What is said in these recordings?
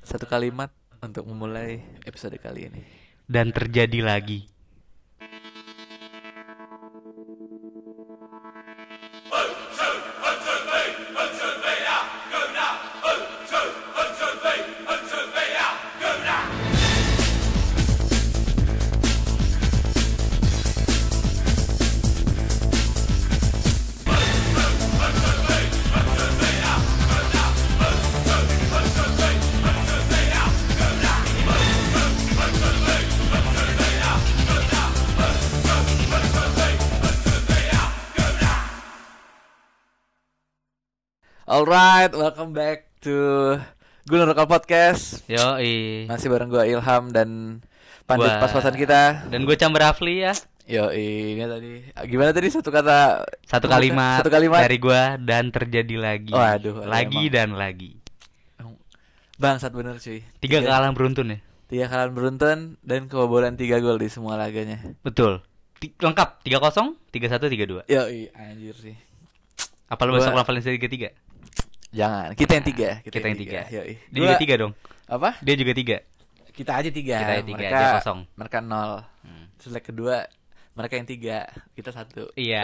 Satu kalimat untuk memulai episode kali ini. Dan terjadi lagi. Alright, welcome back to Gunung Lokal Podcast. Yoi. Masih bareng gue Ilham dan pandit Gua- pas-pasan kita. Dan gue Chamber Rafli ya. Yoi, ini tadi gimana tadi satu kata? Satu kalimat dari dari gue dan terjadi lagi. Waduh, Lagi emang. dan lagi. Bangsat bener cuy. Tiga kekalahan beruntun ya. 3 kekalahan beruntun dan kebobolan 3 gol di semua laganya. Betul. Lengkap 3-0, 3-1, 3-2. Yoi, anjir sih. Apa lu Gua- besok lawan Valencia 3-3? Jangan, kita yang 3. Kita yang 3. Yoi. Dia juga 3 dong. Apa? Dia juga 3. Kita aja 3. Kita aja 3, mereka, dia 0. Mereka 0. Terus leg kedua mereka yang 3, kita 1. Iya.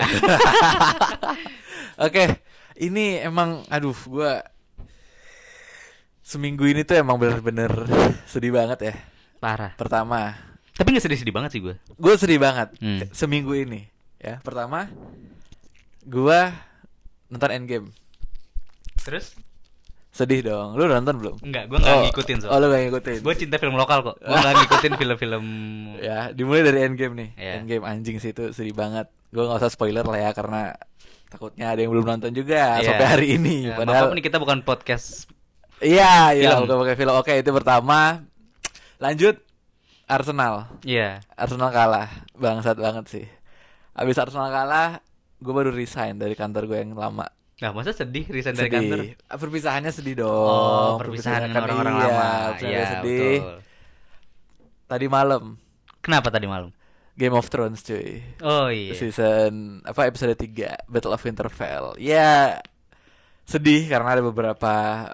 Oke, ini emang gua seminggu ini tuh emang bener-bener sedih banget ya. Parah. Pertama, Tapi gak sedih-sedih banget sih gue. gue sedih banget Hmm. seminggu ini ya. Pertama, gua nonton Endgame. Terus? Sedih dong. Lu udah nonton belum? Enggak, gue gak ngikutin Oh, lu gak ngikutin. Gue cinta film lokal kok. Gue gak ngikutin film-film. Ya, dimulai dari Endgame nih. Iya. Endgame anjing sih itu sedih banget. Gue nggak usah spoiler lah ya karena takutnya ada yang belum nonton juga Iya. sampai hari ini. Ya, Padahal maaf nih kita bukan podcast. iya, Film. bukan pakai film. Oke, itu pertama. Lanjut Arsenal. Iya. Arsenal kalah. Bangsat banget sih. Abis Arsenal kalah, gue baru resign dari kantor gue yang lama. Nah, masa sedih resign dari kantor? Sedih. Perpisahannya sedih dong. Oh, perpisahan dengan kan orang-orang iya, lama. perpisahannya Iya, sedih. betul. Tadi malam Kenapa tadi malam? Game of Thrones cuy. Oh iya. Season episode 3 Battle of Winterfell. Ya sedih karena ada beberapa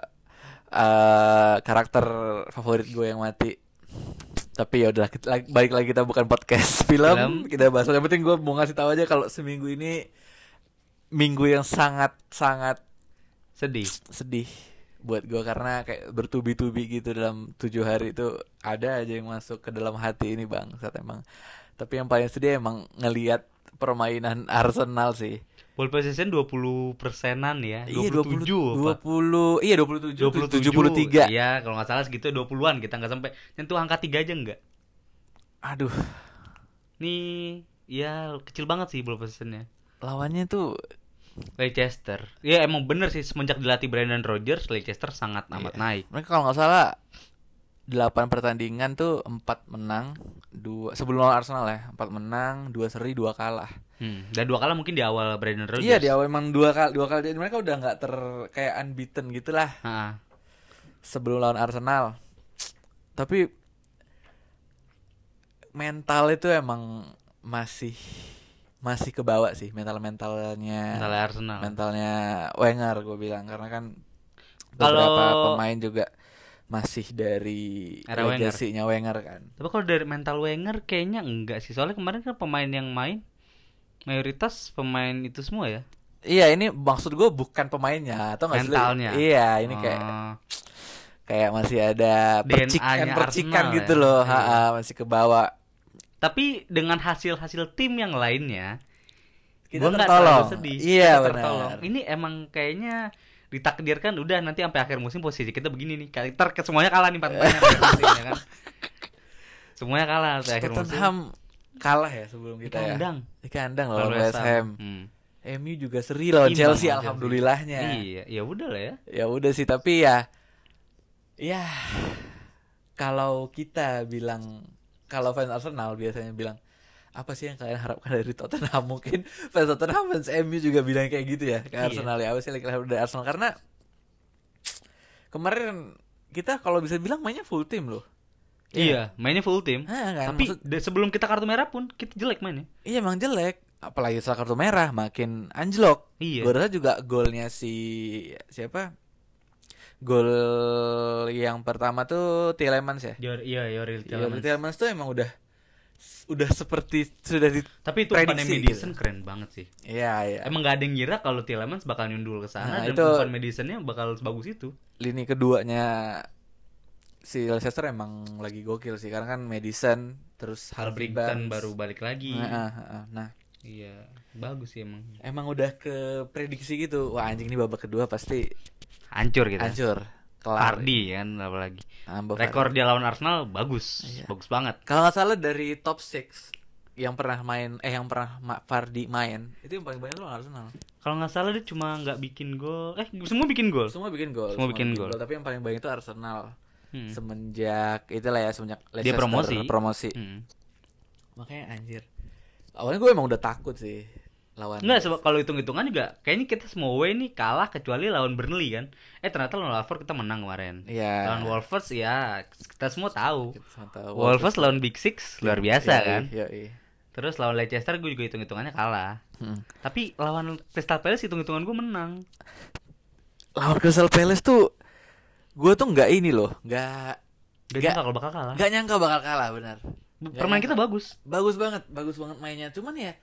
karakter favorit gue yang mati. Tapi ya udah balik lagi, kita bukan podcast film. Kita bahas. Yang penting gue mau ngasih tahu aja kalau seminggu ini minggu yang sangat Sedih. sedih buat gue karena kayak bertubi-tubi gitu dalam 7 hari itu ada aja yang masuk ke dalam hati ini bang saat emang. Tapi yang paling sedih emang ngelihat permainan Arsenal sih. Pole position 20%-an ya. Iya 27 apa? 20 iya 27 73. Iya, kalau nggak salah segitu 20-an, kita nggak sampai nyentuh angka 3 aja enggak. Aduh, Nih, ya kecil banget sih pole position-nya. lawannya tuh Leicester. Ya emang bener sih, semenjak dilatih Brendan Rodgers, Leicester sangat amat naik. mereka kalau nggak salah 8 pertandingan tuh 4 menang, 2 sebelum lawan Arsenal ya. 4 menang, 2 seri, 2 kalah. Dan 2 kalah mungkin di awal Brendan Rodgers. Iya, di awal emang 2 kali mereka udah nggak kayak unbeaten gitulah Ha-ha. sebelum lawan Arsenal. Tapi mental itu emang masih kebawa sih mentalnya Mentalnya Arsenal. mentalnya Wenger gue bilang karena kan Kalau- beberapa pemain juga masih dari Era Wenger. legasinya Wenger kan. Tapi kalau dari mental Wenger kayaknya enggak sih. Soalnya kemarin kan pemain yang main mayoritas pemain itu semua ya. Iya, ini maksud gue bukan pemainnya atau nggak sih? Mentalnya. Iya, ini kayak masih ada DNA-nya percikan Arsenal gitu ya. loh. Iya. Masih kebawa. Tapi dengan hasil-hasil tim yang lainnya, Kita gua nggak tertolong. terlalu sedih. Iya, Kita benar. tertolong. Ini emang kayaknya ditakdirkan udah nanti sampai akhir musim posisi kita begini nih. Semuanya kalah nih 4-4-nya akhir musim, ya kan. Semuanya kalah sampai akhir musim. Tottenham kalah ya sebelum kita ya. Di Kandang lawan lawan West Ham. MU juga seri lawan Imbang Chelsea lawan alhamdulillahnya. Iya, ya udah lah ya. Ya udah sih, tapi ya kalau kita bilang, kalau fans Arsenal biasanya bilang apa sih yang kalian harapkan dari Tottenham, mungkin fans Tottenham, fans MU juga bilang kayak gitu ya ke Arsenal. Ya apa sih yang kalian harap dari Arsenal, karena kemarin kita kalau bisa bilang mainnya full team loh. Iya, mainnya full team. Kan? Tapi sebelum kita kartu merah pun kita jelek mainnya. Iya emang jelek, apalagi setelah kartu merah makin anjlok. Iya. Gue rasa juga golnya siapa, Gol yang pertama tuh Tielemans ya. Iya, Yoril Yuri Tielemans. Tielemans tuh emang udah seperti sudah Tapi itu umpannya diprediksi Madison gitu. keren banget sih. Iya, iya. Emang gak ada yang ngira kalau Tielemans bakal nyundul ke Nah, sana dan itu- umpan Madisonnya bakal sebagus itu. Lini keduanya si Leicester emang lagi gokil sih karena kan Madison terus Harvey Albrechtsen Barnes. baru balik lagi. Nah, Iya, bagus sih emang. emang udah ke prediksi gitu. Wah, anjing ini babak kedua pasti Hancur gitu. hancur. Kelar. Vardy kan apalagi. Nambah Rekor Vardy. dia lawan Arsenal bagus. Iya. Bagus banget. Kalau nggak salah dari top 6 yang pernah Vardy main itu yang paling banyak tuh lawan Arsenal. Kalau nggak salah dia cuma nggak bikin gol. Semua bikin gol. Semua bikin gol. Semua bikin gol. Tapi yang paling banyak itu Arsenal. Hmm. Semenjak Leicester promosi. Hmm. Makanya anjir. Awalnya gue emang udah takut sih lawan. Enggak, sebab kalau hitung-hitungan juga kayaknya kita semua away nih kalah kecuali lawan Burnley kan. Ternyata lawan Watford kita menang kemarin. Iya. Lawan Wolves ya kita semua tahu. Kita semua tahu. Wolves lawan Big Six luar biasa Yoi, kan. yoi. Terus lawan Leicester gue juga hitung-hitungannya kalah. Tapi lawan Crystal Palace hitung-hitungan gue menang. Lawan Crystal Palace tuh gue tuh nggak ini loh, Gak Nggak- nyangka kalau bakal kalah. nggak nyangka bakal kalah benar. Permainan kita bagus. Bagus banget mainnya. Cuman ya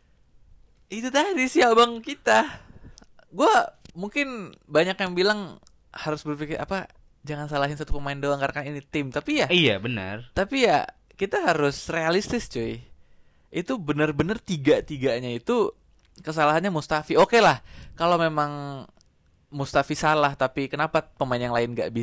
itu tadi si abang kita. Gua mungkin banyak yang bilang harus berpikir apa jangan salahin satu pemain doang karena kan ini tim. Tapi ya Iya benar. kita harus realistis cuy. Itu benar-benar tiga-tiganya itu kesalahannya Mustafi. Oke lah, kalau memang Mustafi salah tapi kenapa pemain yang lain nggak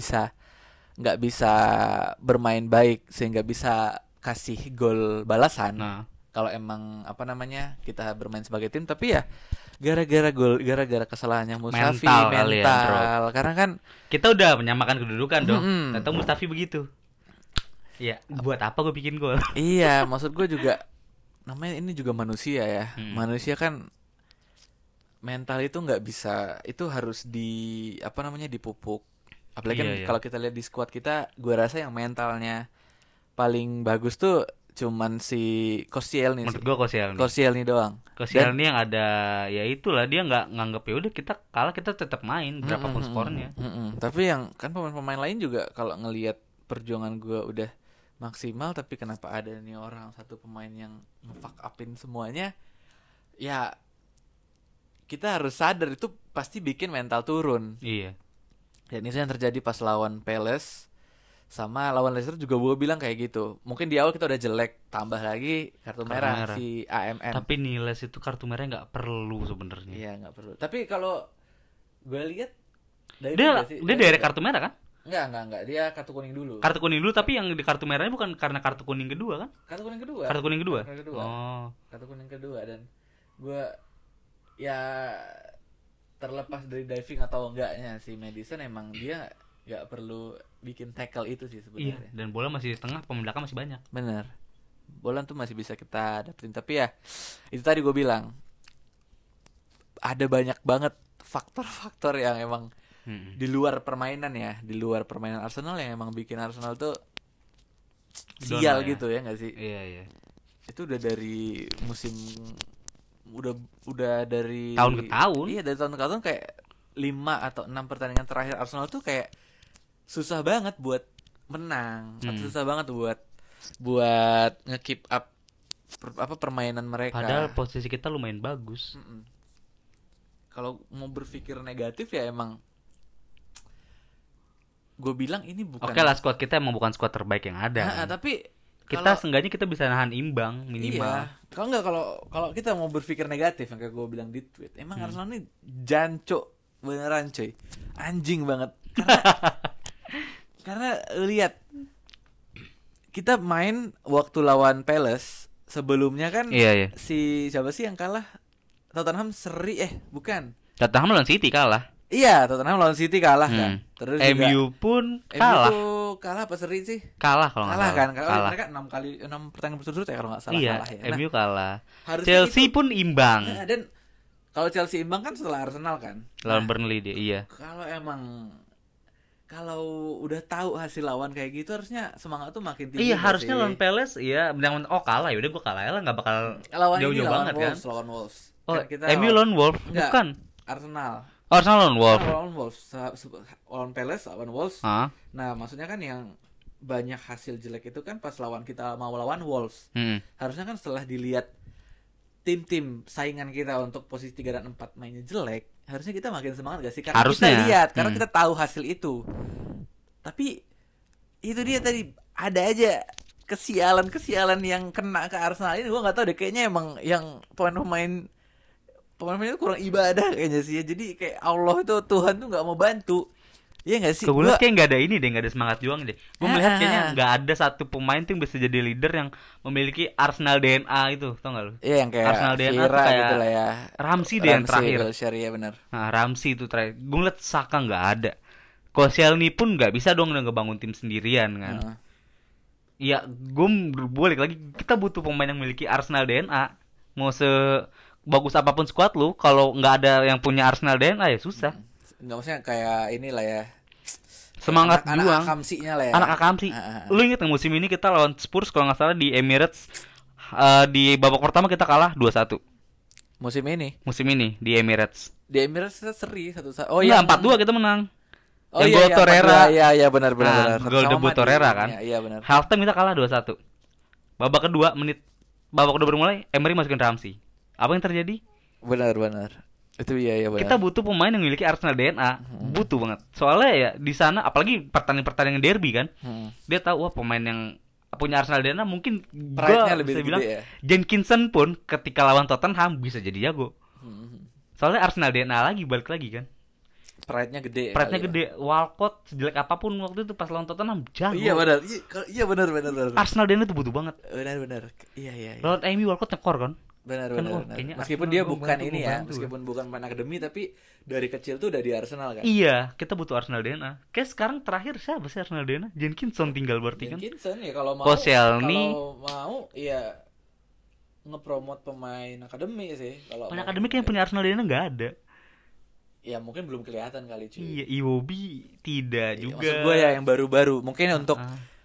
bisa bermain baik sehingga bisa kasih gol balasan. Nah, Kalau emang kita bermain sebagai tim tapi ya gara-gara kesalahannya Mustafi Mental kali ya, mental. Karena kan kita udah menyamakan kedudukan dong. Mm-mm. Ternyata Mustafi begitu. Iya, buat apa gue bikin gol? iya, maksud gue juga namanya ini juga manusia ya. Manusia kan mental itu nggak bisa, itu harus dipupuk. Apalagi kan Iya, iya. kalau kita lihat di squad kita, gue rasa yang mentalnya paling bagus tuh cuman si Koscielny Menurut sih. gue Koscielny. Koscielny doang. Koscielny yang ada ya itulah dia nggak nganggep ya udah kita kalah kita tetap main berapapun skornya. Tapi yang kan pemain-pemain lain juga kalau ngelihat perjuangan gue udah maksimal, tapi kenapa ada nih orang satu pemain yang nge-fuck upin semuanya? Ya kita harus sadar itu pasti bikin mental turun. Iya. Dan itu yang terjadi pas lawan Palace sama lawan Leicester juga gue bilang kayak gitu. Mungkin di awal kita udah jelek, tambah lagi kartu merah si AMN. Tapi Niles itu kartu merah nggak perlu sebenarnya. Iya nggak perlu. Tapi kalau gue lihat Dia direct kartu merah kan? Enggak. Dia kartu kuning dulu. Kartu kuning dulu tapi yang di kartu merahnya bukan karena kartu kuning kedua kan? Kartu kuning kedua. Kartu kuning kedua. Kartu kedua. Oh. Kartu kuning kedua dan gue ya terlepas dari diving atau enggaknya si Madison emang dia nggak perlu bikin tackle itu sih Iya, sebenarnya. dan bola masih di tengah, pemain belakang masih banyak. Bener. Bola tuh masih bisa kita dapetin tapi ya itu tadi gue bilang ada banyak banget faktor-faktor yang emang di luar permainan ya, di luar permainan Arsenal yang emang bikin Arsenal tuh Down sial lah ya. gitu ya nggak sih? Iya, iya. Itu udah dari musim udah dari Tahun ke tahun. Iya, dari tahun ke tahun kayak 5 atau 6 pertandingan terakhir Arsenal tuh kayak susah banget buat menang atau susah banget buat nge-keep up permainan mereka. Padahal posisi kita lumayan bagus. Kalau mau berpikir negatif ya emang gue bilang ini bukan. Oke lah, squad kita emang bukan squad terbaik yang ada. Nah, tapi Kita seenggaknya kita bisa nahan imbang minimal. iya. Kalau kita mau berpikir negatif yang kayak gue bilang di tweet, emang Arsenal ini jancok beneran cuy, anjing banget. Karena lihat kita main waktu lawan Palace sebelumnya kan Iya. si siapa sih yang kalah? Tottenham bukan. Tottenham lawan City kalah. Iya, Tottenham lawan City kalah kan. Terus juga MU pun MU kalah. tuh kalah apa seri sih? Kalah kalau nggak Kalah salah. kan? Kalah. Mereka 6 pertandingan berturut-turut ya kalau nggak salah Iya, kalah ya. Nah, MU kalah. harusnya Chelsea gitu. pun imbang Nah, dan kalau Chelsea imbang kan setelah Arsenal kan. lawan Burnley dia. Iya. Kalau udah tahu hasil lawan kayak gitu harusnya semangat tuh makin tinggi. Iya, nggak harusnya sih? lawan Palace iya bilang kalah ya udah gua kalah lah nggak bakal lawan ini jauh-jauh lawan banget kan. Wolves, lawan Wolves. Oh, Kan kita MU lawan Wolves Enggak, bukan. Arsenal. Arsenal lawan Wolves. Lawan Wolves, lawan Palace, lawan Wolves. Hah? Nah, maksudnya kan yang banyak hasil jelek itu kan pas lawan kita mau lawan Wolves. Harusnya kan setelah dilihat tim-tim saingan kita untuk posisi 3 dan 4 mainnya jelek, harusnya kita makin semangat gak sih? Karena Harusnya. kita lihat, karena kita tahu hasil itu. Tapi itu dia tadi, ada aja kesialan yang kena ke Arsenal ini. Gue nggak tahu deh, kayaknya emang yang pemain itu kurang ibadah kayaknya sih ya. Jadi kayak Allah itu, Tuhan tuh nggak mau bantu. Iya nggak sih? Gue lihat kayak nggak ada ini deh, nggak ada semangat juang deh. Gue melihat kayaknya nggak ada satu pemain tuh yang bisa jadi leader yang memiliki Arsenal DNA itu, tau nggak lu? Iya, yang kayak Arsenal DNA tuh Vieira kayak gitu lah ya. Ramsey deh yang terakhir. Wilshere, ya benar. Nah, Ramsey itu terakhir. Gue ngeliat Saka nggak ada. Koscielny pun nggak bisa dong udah ngebangun tim sendirian kan. Ya, gue balik lagi, kita butuh pemain yang memiliki Arsenal DNA. Mau sebagus apapun squad lu, kalau nggak ada yang punya Arsenal DNA ya susah. Nggak, maksudnya kayak inilah ya, Semangat anak juang. akamsinya lah ya. Anak akamsi. Lu inget nggak musim ini kita lawan Spurs kalau nggak salah di Emirates, di babak pertama kita kalah 2-1. Musim ini Musim ini di Emirates. di Emirates kita seri 1-1. Oh Iya, iya, 4-2 kita menang. Oh yang iya, gol Torreira. Iya benar. Gol debut Torreira kan. Iya benar. Halftime kita kalah 2-1. Babak kedua bermulai, Emery masukin Ramsey. Apa yang terjadi? Benar. Itu iya benar. Kita butuh pemain yang memiliki Arsenal DNA, butuh banget. Soalnya ya di sana, apalagi pertandingan derby kan, dia tahu wah pemain yang punya Arsenal DNA mungkin pride-nya lebih bisa gede bilang ya. Jenkinson pun ketika lawan Tottenham bisa jadi jago. Soalnya Arsenal DNA lagi balik lagi kan. Pride-nya gede. Pride-nya gede. Walcott sejelek apapun waktu itu pas lawan Tottenham jago. Iya benar. Iya benar. Arsenal DNA tuh butuh banget. Benar. Iya. Lawan MU Walcott nyekor kan. Benar. Arsenal Meskipun dia bukan membantu, ini ya, meskipun bukan pemain akademi, tapi dari kecil tuh udah di Arsenal kan. Iya, kita butuh Arsenal DNA. Kayak sekarang terakhir siapa sih Arsenal DNA? Jenkinson tinggal berarti kan. Jenkinson ya kalau mau. Koscielny. Kalau mau ya ngepromot pemain akademi sih. Kalau pemain akademi yang punya Arsenal DNA nggak ada. Ya mungkin belum kelihatan kali cuy. Iya, Iwobi tidak juga. Maksud gue ya yang baru-baru. Mungkin untuk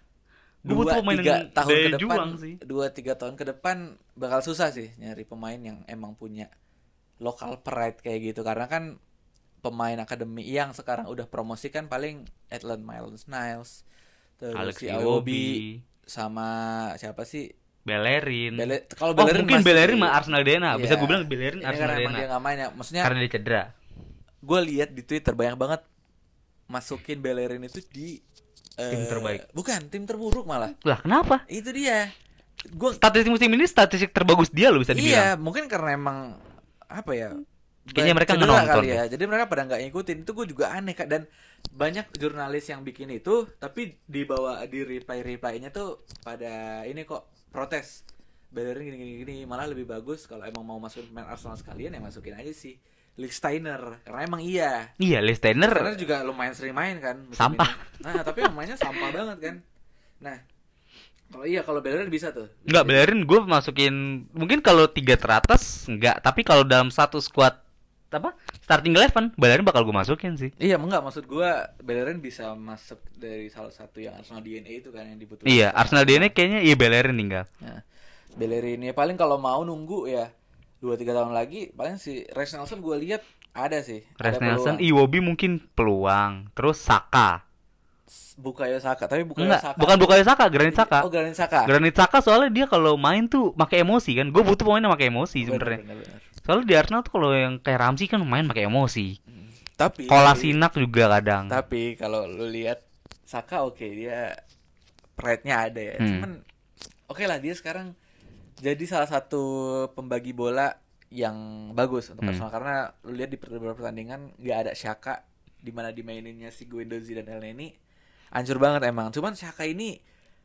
2-3 tahun ke depan, 2-3 tahun ke depan bakal susah sih nyari pemain yang emang punya local pride kayak gitu, karena kan pemain akademi yang sekarang udah promosi kan paling Maitland Niles, terus Alex si Iwobi, sama siapa sih, Bellerin. Kalau Bellerin mungkin masih, Bellerin mah Arsenal DNA. Bisa Iya. gue bilang Bellerin Ini Arsenal karena emang DNA. dia nggak main ya, maksudnya Karena dia cedera. gue lihat di Twitter banyak banget masukin Bellerin itu di tim terbaik. Bukan, tim terburuk malah. Lah kenapa? Itu dia. Statistik musim ini statistik terbagus dia loh bisa dibilang. Iya, mungkin karena emang apa ya? Kayaknya mereka cedera nonton kali ya. Jadi mereka pada nggak ngikutin. Itu gue juga aneh Kak, dan banyak jurnalis yang bikin itu tapi dibawa di reply-reply-nya tuh pada ini kok protes. Bellerin gini malah lebih bagus kalau emang mau masukin pemain Arsenal sekalian ya masukin aja sih Lichtsteiner, karena emang iya. Iya, Lichtsteiner juga lumayan sering main kan. Sampah. Nah, tapi yang mainnya sampah banget kan. Nah, kalau Bellerin bisa tuh. Enggak, Bellerin gue masukin mungkin kalau 3 teratas enggak, tapi kalau dalam satu squad starting 11 Bellerin bakal gue masukin sih. Iya, enggak, maksud gue Bellerin bisa masuk dari salah satu yang Arsenal DNA itu kan yang dibutuhkan. Iya, Arsenal DNA kayaknya iya Bellerin tinggal. Nah, Bellerin ya paling kalau mau nunggu ya 2-3 tahun lagi paling si Reiss Nelson gue lihat ada sih. Reiss Nelson, Iwobi mungkin peluang. Terus Saka. Bukayo Saka, tapi Bukan Bukayo Saka, Granit Saka. Oh, Granit Saka. Granit Saka soalnya dia kalau main tuh pakai emosi kan. Gue butuh pemain yang pakai emosi sebenarnya. Soalnya di Arsenal tuh kalau yang kayak Ramsey kan main pakai emosi. Tapi Kolasinac juga kadang. Tapi kalau lu lihat Saka oke, dia pride-nya ada ya. Cuman oke lah, dia sekarang jadi salah satu pembagi bola yang bagus untuk Arsenal, karena lu lihat di beberapa pertandingan nggak ada Xhaka, di mana dimaininnya si Guendouzi dan Elneny hancur banget emang. Cuman Xhaka ini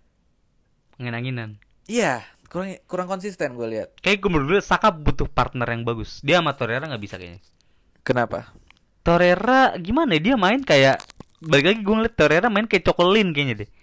angin-anginan. Iya, kurang konsisten gue lihat. Kayak gue menurut Saka butuh partner yang bagus. Dia sama Torreira nggak bisa kayaknya. Kenapa? Torreira gimana ya? Dia main kayak balik lagi gue ngeliat Torreira main kayak cokolin kayaknya deh.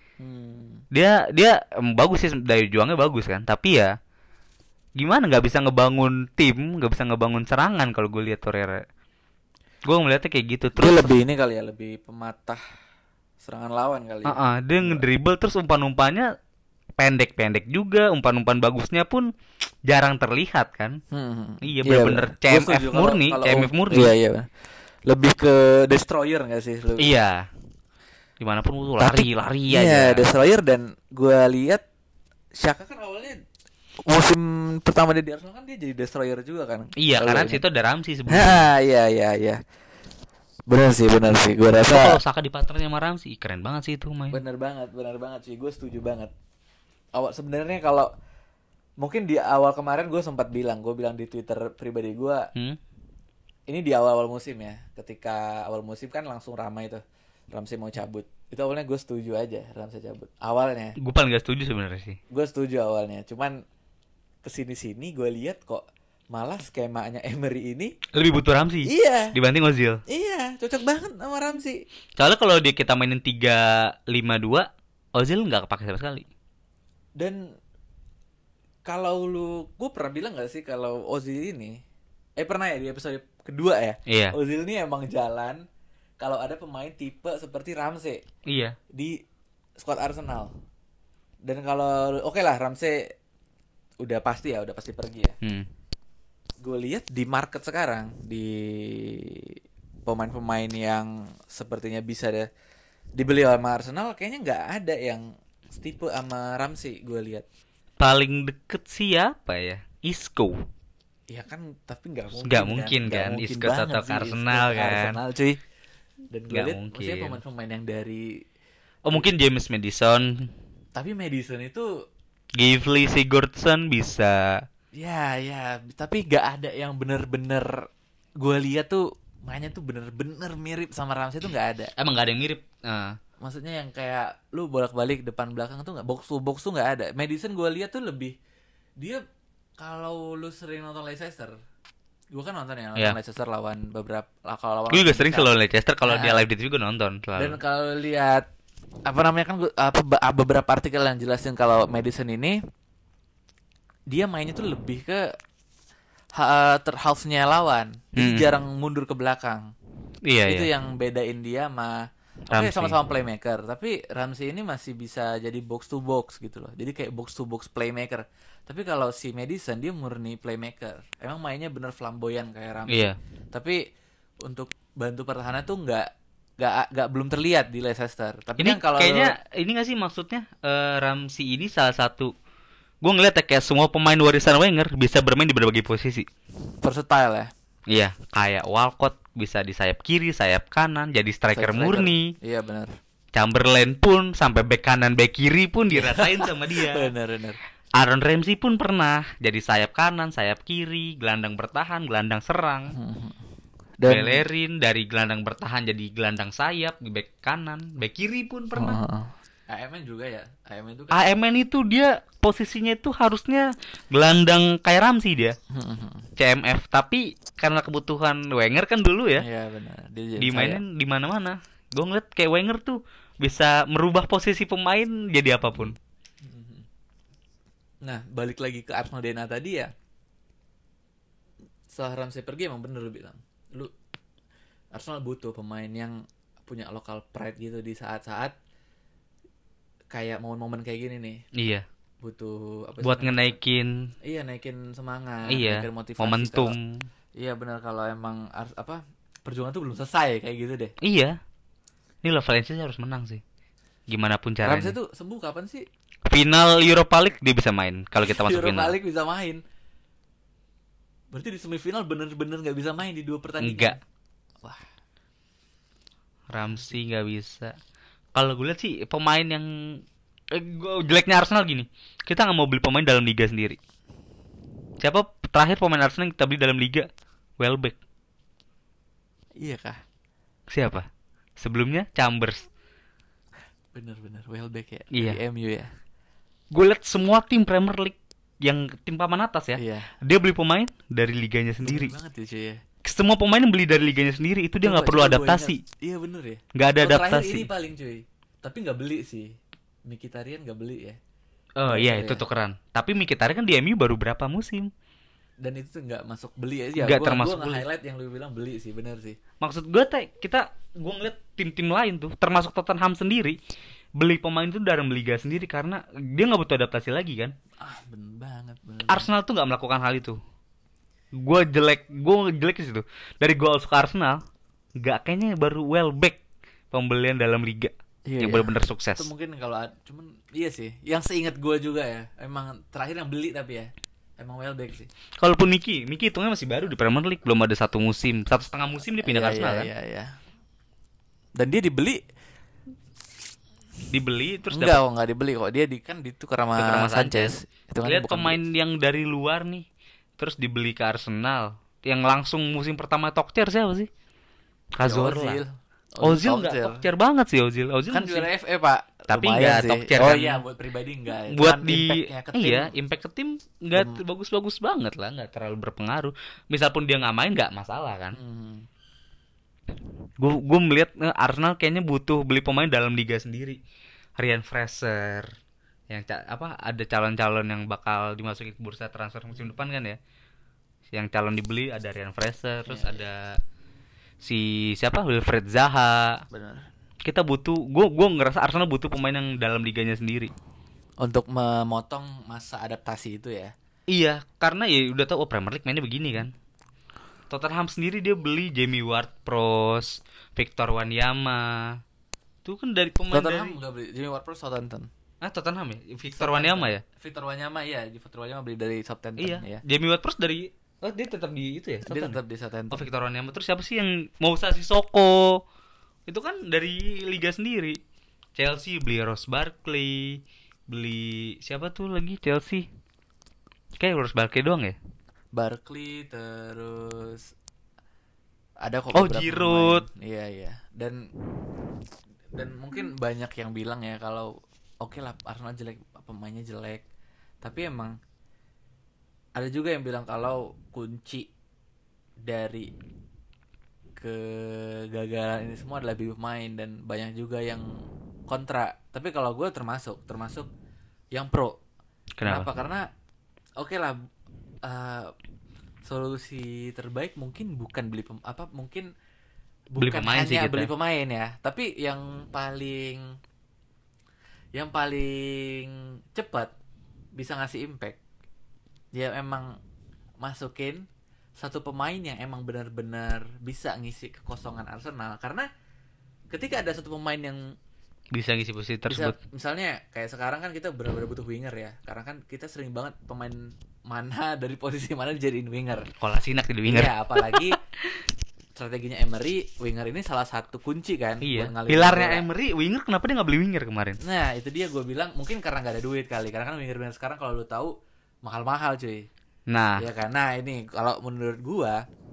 Dia bagus sih, dari juangnya bagus kan, tapi ya gimana nggak bisa ngebangun tim, nggak bisa ngebangun serangan kalau gue lihat Torreira. Gue ngeliatnya kayak gitu. Terus dia lebih ini kali ya, lebih pematah serangan lawan kali ya. Dia ngedribble, terus umpan-umpannya pendek-pendek juga, umpan-umpan bagusnya pun jarang terlihat kan. Iya bener-bener CMF murni, CMF murni. Iya. lebih ke destroyer nggak sih lu? Iya. Dimanapun tuh Tapi lari iya aja. destroyer, dan gue lihat Xhaka kan awalnya musim pertama dia di Arsenal kan dia jadi destroyer juga kan. Iya, Kalau karena ingat. situ ada Ramsey sebelumnya. Ha, iya iya iya. Benar sih, benar sih. Gue Itu kalau rasa Saka di partnernya sama Ramsey, keren banget sih itu main. benar banget sih. Gue setuju banget. Awal sebenarnya kalau mungkin di awal kemarin gue sempat bilang, gue bilang di Twitter pribadi gue, Hmm? ini di awal-awal musim ya. Ketika awal musim kan langsung ramai tuh. Ramsey mau cabut. Itu awalnya gue setuju aja Ramsey cabut. Awalnya Gue paling gak setuju sebenarnya sih. gue setuju awalnya. Cuman kesini-sini gue lihat kok malah skemanya Emery ini Lebih butuh Ramsey iya dibanding Ozil. iya cocok banget sama Ramsey. Soalnya kalau dia kita mainin 3-5-2, Ozil nggak kepake sama sekali. Dan kalau lu, gue pernah bilang gak sih kalau Ozil ini, pernah ya di episode kedua ya, Iya. Ozil ini emang jalan kalau ada pemain tipe seperti Ramsey Iya. di squad Arsenal. Dan kalau oke lah Ramsey udah pasti pergi ya. Gue lihat di market sekarang, di pemain-pemain yang sepertinya bisa deh dibeli sama Arsenal, kayaknya nggak ada yang setipe sama Ramsey gue lihat. Paling deket siapa ya? Isco. Ya kan, tapi nggak mungkin. Nggak mungkin Nggak kan, mungkin Isco banget atau sih ke Isco Arsenal ke kan. Arsenal cuy. Dan gue Nggak lihat maksudnya mungkin. pemain-pemain yang dari, Oh mungkin James Madison, tapi Madison itu Gively, Sigurdsson bisa. ya tapi nggak ada yang bener-bener gue lihat tuh mainnya tuh bener-bener mirip sama Ramsey tuh nggak ada. Emang nggak ada yang mirip. Maksudnya yang kayak lu bolak-balik depan belakang tuh nggak, box tuh nggak ada. Madison gue lihat tuh lebih dia, kalau lu sering nonton Leicester, gue kan nonton ya, nonton Iya. Leicester lawan beberapa, kalau lawan Gue juga sering Arsenal. selalu Leicester kalau dia Ah. live di TV gue nonton Dan selalu. kalau lihat apa namanya kan beberapa artikel yang jelasin kalau Madison ini dia mainnya tuh lebih ke halfnya lawan, jadi jarang mundur ke belakang. Iya Itu iya. yang bedain dia sama, oke Ramsey. sama-sama playmaker, tapi Ramsey ini masih bisa jadi box to box gitu loh. Jadi kayak box to box playmaker. Tapi kalau si Madison dia murni playmaker. Emang mainnya bener flamboyan kayak Ramsey. Iya. Tapi untuk bantu pertahanan tuh nggak belum terlihat di Leicester. Tapi Ini kan kalau kayaknya ini nggak sih maksudnya Ramsey ini salah satu. Gue ngeliat ya, kayak semua pemain warisan Wenger bisa bermain di berbagai posisi. versatile ya. Iya, kayak Walcott bisa di sayap kiri, sayap kanan, jadi striker murni. Iya benar. Chamberlain pun sampai bek kanan, bek kiri pun dirasain sama dia. Benar. Aaron Ramsey pun pernah jadi sayap kanan, sayap kiri, gelandang bertahan, gelandang serang. Dan Bellerin dari gelandang bertahan jadi gelandang sayap di bek kanan, bek kiri pun pernah. AMN juga ya. AMN itu kan AMN itu dia posisinya itu harusnya gelandang kayak Ramsey dia. CMF, tapi karena kebutuhan Wenger kan dulu ya, iya benar. Dia jadi sayap. dimainin di mana-mana. Gue ngeliat kayak Wenger tuh bisa merubah posisi pemain jadi apapun. Nah, balik lagi ke Arsenal Dena tadi ya. Setelah Ramsey pergi emang bener lu bilang. Lu Arsenal butuh pemain yang punya local pride gitu di saat-saat kayak momen-momen kayak gini nih. Iya. Butuh apa sih Buat namanya? ngenaikin, Iya, naikin semangat, iya, naikin motivasi. momentum. Iya benar, kalau emang perjuangan tuh belum selesai kayak gitu deh. Iya. Ini lah Valencia harus menang sih. Gimana pun caranya. Ramsey tuh sembuh kapan sih? Final Europa League dia bisa main kalau kita masuk Europa final. League bisa main. Berarti di semifinal bener-bener nggak bisa main di 2 pertandingan. Enggak. Wah, Ramsey nggak bisa. Kalau gue lihat sih pemain yang jeleknya Arsenal gini. Kita nggak mau beli pemain dalam liga sendiri. Siapa terakhir pemain Arsenal yang kita beli dalam liga? Welbeck. iya kah? Siapa? Sebelumnya Chambers. Bener-bener Welbeck ya. Iya. Dari MU ya. Gue lihat semua tim Premier League yang tim papan atas ya. Iya. Dia beli pemain dari liganya sendiri. Bener banget ya cuy ya. Semua pemain yang beli dari liganya sendiri itu dia nggak perlu Coba gua adaptasi. ingat. Iya bener ya. Nggak ada Oh, terakhir adaptasi. ini paling cuy. Tapi nggak beli sih. Mkhitaryan nggak beli ya. Oh iya Iya. itu tukeran. Tapi Mkhitaryan kan di MU baru berapa musim. Dan itu tuh nggak masuk beli ya. Nggak Gua termasuk beli. nge-highlight yang lu bilang beli sih, bener sih. Maksud gue gue ngeliat tim-tim lain tuh, termasuk Tottenham sendiri, beli pemain itu dalam liga sendiri karena dia nggak butuh adaptasi lagi kan. Bener banget. Arsenal tuh nggak melakukan hal itu. Gue jelek di situ. Dari gue ke Arsenal, nggak, kayaknya baru Welbeck pembelian dalam liga yang benar-benar sukses. Itu mungkin kalau cuman iya sih, yang seingat gue juga ya, emang terakhir yang beli tapi ya emang Welbeck sih. Kalaupun Miki hitungnya masih baru di Premier League, belum ada 1,5 musim dia pindah ke Arsenal kan. Iya. Dan dia dibeli terus enggak dibeli kok, dia kan ditukar sama Sanchez. Itu kan lihat pemain yang dari luar nih terus dibeli ke Arsenal, yang langsung musim pertama tokcer siapa sih? Cazorla. Ozil nggak tokcer banget sih. Ozil kan juara FA Pak, tapi nggak tokcer kan. Oh iya, buat pribadi nggak, buat di impact ke tim nggak bagus-bagus banget lah, nggak terlalu berpengaruh. Misal pun dia nggak main nggak masalah kan. Gue melihat Arsenal kayaknya butuh beli pemain dalam liga sendiri. Ryan Fraser yang ada calon-calon yang bakal dimasukin ke bursa transfer musim depan kan ya. Yang calon dibeli ada Ryan Fraser, terus ada si siapa, Wilfried Zaha. Benar. Kita butuh, gue ngerasa Arsenal butuh pemain yang dalam liganya sendiri untuk memotong masa adaptasi itu ya. Iya, karena ya udah tahu Premier League mainnya begini kan. Tottenham sendiri dia beli Jamie Ward-Prowse, Victor Wanyama. Itu kan dari pemain Tottenham nggak beli Jamie Ward-Prowse, Southampton. Tottenham ya? Victor Wanyama ya? Victor Wanyama beli dari Southampton ya. Jamie Ward-Prowse dari dia tetap di itu ya? Dia tetap di Southampton. Victor Wanyama. Terus siapa sih yang mau Sissoko? Itu kan dari liga sendiri. Chelsea beli Ross Barkley, beli siapa tuh lagi Chelsea? Kayak Ross Barkley doang ya? Barkley, terus ada kok beberapa Giroud. Iya. Dan mungkin banyak yang bilang ya kalau oke lah Arsenal jelek, pemainnya jelek. Tapi emang ada juga yang bilang kalau kunci dari kegagalan ini semua adalah beli pemain, dan banyak juga yang kontra. Tapi kalau gue termasuk yang pro. Kenapa? Karena oke lah, solusi terbaik mungkin bukan mungkin beli bukan pemain hanya beli pemain ya, tapi yang paling cepat bisa ngasih impact dia emang masukin satu pemain yang emang benar-benar bisa ngisi kekosongan Arsenal. Karena ketika ada satu pemain yang bisa ngisi posisi tersebut, misalnya kayak sekarang kan kita benar-benar butuh winger ya, karena kan kita sering banget pemain mana dari posisi mana dijadiin winger. Kolasinac jadi winger. Iya, apalagi strateginya Emery, winger ini salah satu kunci kan. Iya. Pilarnya Emery, winger, kenapa dia nggak beli winger kemarin? Nah, itu dia gue bilang mungkin karena nggak ada duit kali. Karena kan winger sekarang kalau lu tahu mahal-mahal cuy. Nah, ya karena ini kalau menurut gue,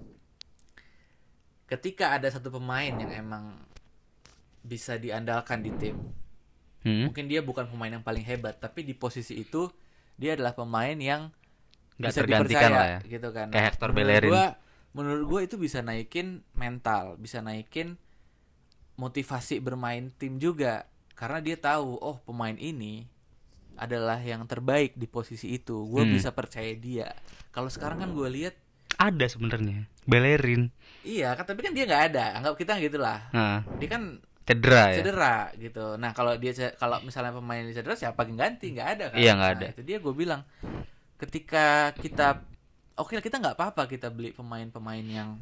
ketika ada satu pemain yang emang bisa diandalkan di tim, mungkin dia bukan pemain yang paling hebat, tapi di posisi itu dia adalah pemain yang nggak bisa tergantikan dipercaya, lah ya. gitu kan. Kayak Hector Bellerin. Menurut gue itu bisa naikin mental, bisa naikin motivasi bermain tim juga, karena dia tahu pemain ini adalah yang terbaik di posisi itu, gue bisa percaya dia. Kalau sekarang kan gue lihat ada sebenarnya Bellerin. Iya kan, tapi kan dia nggak ada, anggap kita gitulah. Dia kan cedera gitu. Nah kalau misalnya pemain cedera, siapa yang ganti? Nggak ada kan. Iya, nggak ada. Itu dia gue bilang, ketika kita kita nggak apa-apa kita beli pemain-pemain yang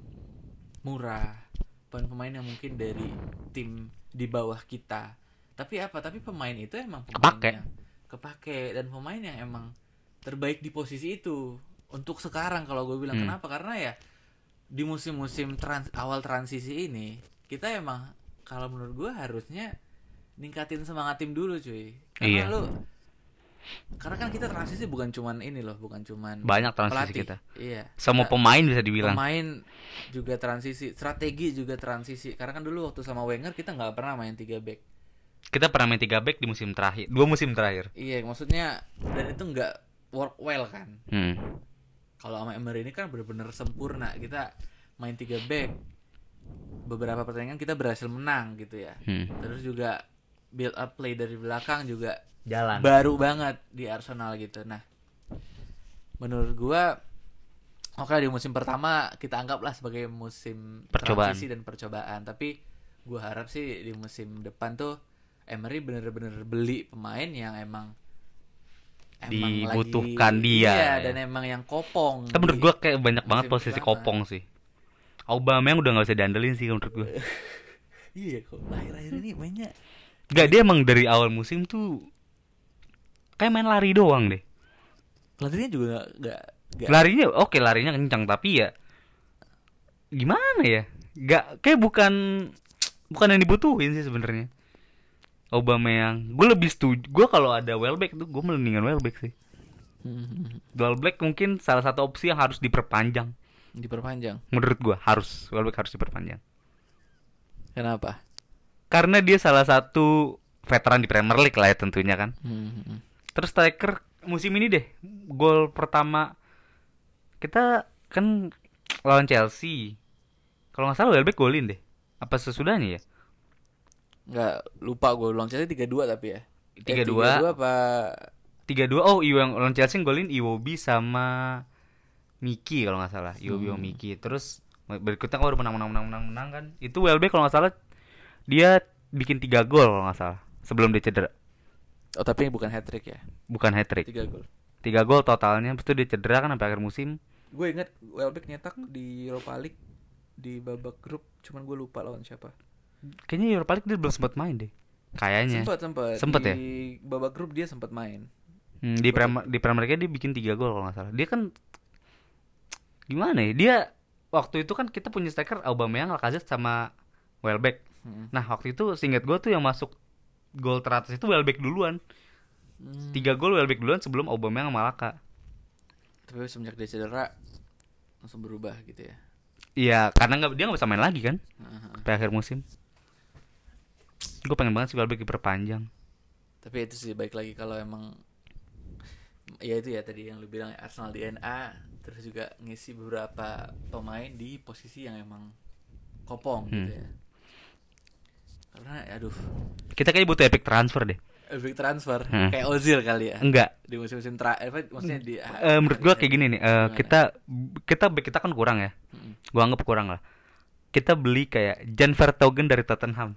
murah, pemain-pemain yang mungkin dari tim di bawah kita, tapi pemain itu emang pemain yang kepake dan pemain yang emang terbaik di posisi itu untuk sekarang. Kalau gue bilang kenapa, karena ya di musim-musim awal transisi ini kita emang, kalau menurut gue harusnya ningkatin semangat tim dulu cuy. Karena karena kan kita transisi bukan cuman banyak transisi pelatih. kita. Iya. Semua pemain bisa dibilang. Pemain juga transisi, strategi juga transisi. Karena kan dulu waktu sama Wenger kita nggak pernah main 3 back. Kita pernah main 3 back di musim terakhir, 2 musim terakhir. Iya, maksudnya dan itu nggak work well kan. Kalau sama Emery ini kan benar-benar sempurna. Kita main 3 back. Beberapa pertandingan kita berhasil menang gitu ya. Terus juga build up play dari belakang juga jalan. Baru banget di Arsenal gitu. Nah, menurut gua di musim pertama kita anggaplah sebagai musim transisi dan percobaan. Tapi gua harap sih di musim depan tuh Emery bener-bener beli pemain yang emang dibutuhkan lagi, dia. Iya, dan emang yang kopong. Tapi menurut gua kayak banyak banget posisi kopong sih. Aubameyang udah nggak bisa diandelin sih menurut gue. Iya, kok akhir-akhir ini mainnya Gak, dia emang dari awal musim tuh kayak main lari doang deh. larinya juga nggak Larinya oke, larinya kencang, tapi ya gimana ya? Gak, kayak bukan yang dibutuhin sih sebenarnya. Aubameyang, gue lebih setuju. Gue kalau ada Welbeck tuh, gue mendingan Welbeck sih. Welbeck mungkin salah satu opsi yang harus diperpanjang. diperpanjang. Menurut gue Welbeck harus diperpanjang. Kenapa? Karena dia salah satu veteran di Premier League lah ya tentunya kan. Hmm. Terus striker musim ini deh, gol pertama kita kan lawan Chelsea. Kalau nggak salah Welbeck golin deh. Apa sesudahnya ya? Nggak, lupa gue, ulang Chelsea 3-2 tapi ya. 3-2. 3-2 apa? 3-2. Oh, yang lawan Chelsea golin Iwobi sama Miki kalau nggak salah. Iwobi sama Miki. Terus berikutnya baru menang kan. Itu Welbeck kalau nggak salah dia bikin 3 gol kalau nggak salah sebelum dia cedera. Oh, tapi bukan hat trick ya. Bukan hat trick. 3 gol. 3 gol totalnya. Terus dia cedera kan sampai akhir musim. Gue inget Welbeck nyetak di Europa League di babak grup, cuman gue lupa lawan siapa. Kayaknya Europa League dia belum sempat main deh. Kayaknya. Sempet ya. Di babak grup dia sempat main. Di Premier League dia bikin 3 gol kalau nggak salah. Dia kan gimana ya? Dia waktu itu kan kita punya striker Aubameyang, Lacazette sama Welbeck. Nah, waktu itu seingat gue tuh yang masuk gol teratas itu Welbeck duluan. 3 gol Welbeck duluan sebelum Aubameyang sama Laka. Tapi semenjak dia cedera langsung berubah gitu ya. Iya, karena dia nggak bisa main lagi kan sampai akhir musim. Gue pengen banget sih Welbeck diperpanjang. Tapi itu sih baik lagi kalau emang ya itu ya tadi yang lu bilang ya, Arsenal DNA, terus juga ngisi beberapa pemain di posisi yang emang kopong gitu ya. Karena aduh, Kita kayaknya butuh epic transfer deh. epic transfer kayak Ozil kali ya. Enggak. Di musim-musim terakhir, maksudnya di Menurut gue kayak gini nih, kita kan kurang ya. Gue anggap kurang lah. Kita beli kayak Jan Vertonghen dari Tottenham.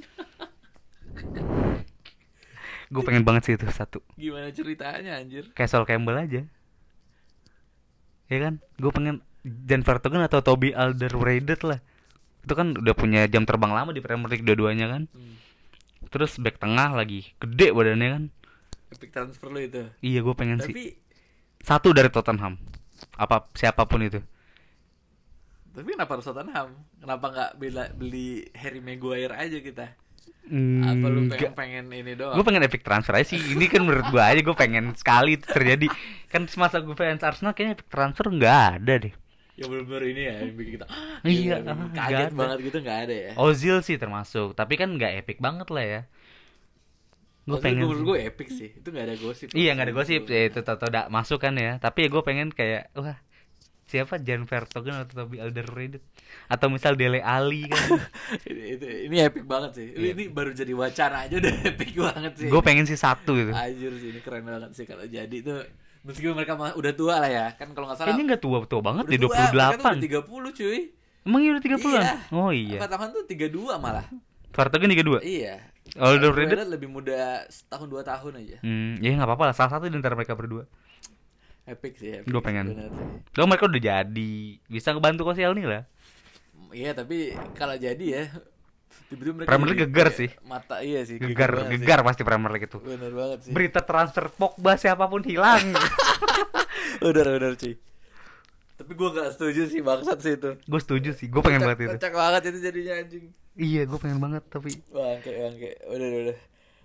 Gue pengen banget sih itu satu. Gimana ceritanya anjir? Kayak Sol Campbell aja. Ya kan? Gue pengen Jan Vertonghen atau Toby Alderweireld lah. Itu kan udah punya jam terbang lama di Premier League dua-duanya kan. Terus back tengah lagi, gede badannya kan. Epic transfer lo itu. Iya, gue pengen Tapi, sih. Satu dari Tottenham. Siapapun itu. Tapi kenapa harus Tottenham? Kenapa nggak beli Harry Maguire aja kita? Apa lu pengen ini doang? Gue pengen epic transfer aja sih. Ini kan menurut gue aja, gue pengen sekali itu terjadi. Kan semasa gue fans Arsenal kayaknya epic transfer nggak ada deh. Ya bener-bener ini ya yang bikin kita Iya, kaget ada. banget gitu, nggak ada ya. Ozil sih termasuk, tapi kan nggak epic banget lah ya. Gue pengen. Menurut gue epic sih. Itu nggak ada gosip. Iya, nggak ada gosip ya, itu tato masuk kan ya. Tapi ya gue pengen kayak wah, siapa Jan Vertonghen atau Toby Alderweireld atau misal Dele Alli kan. ini epic banget sih. Ini baru jadi wacana aja udah epic banget sih. Gue pengen sih satu gitu. Anjir sih, ini keren banget sih kalau jadi tuh. Meskipun mereka udah tua lah ya. Kan kalau nggak salah Kayaknya nggak tua banget di udah tua, 28. mereka tuh udah 30 cuy. Emang iya udah 30-an? Iya. Oh iya. Vertonghen tuh 32 malah. Vertonghen 32. Iya. Alderweireld lebih muda setahun 2 tahun aja. Ya nggak apa-apa lah, salah satu di antara mereka berdua. Epic sih. Epic Gue pengen. bener sih. Lo mereka udah jadi, bisa ngebantu Koscielny lah. Iya, tapi kalau jadi ya tiba-tiba mereka Premier League jadi gegar kayak sih. Mata iya sih. Gegar pasti Premier League itu. Bener banget sih. Berita transfer Pogba siapapun hilang. Udah cuy. Tapi gue gak setuju sih, bangsat sih itu. Gue setuju sih, gue pengen banget itu. Kocak banget itu jadinya anjing. Iya, gue pengen banget tapi. Bangke. Udah.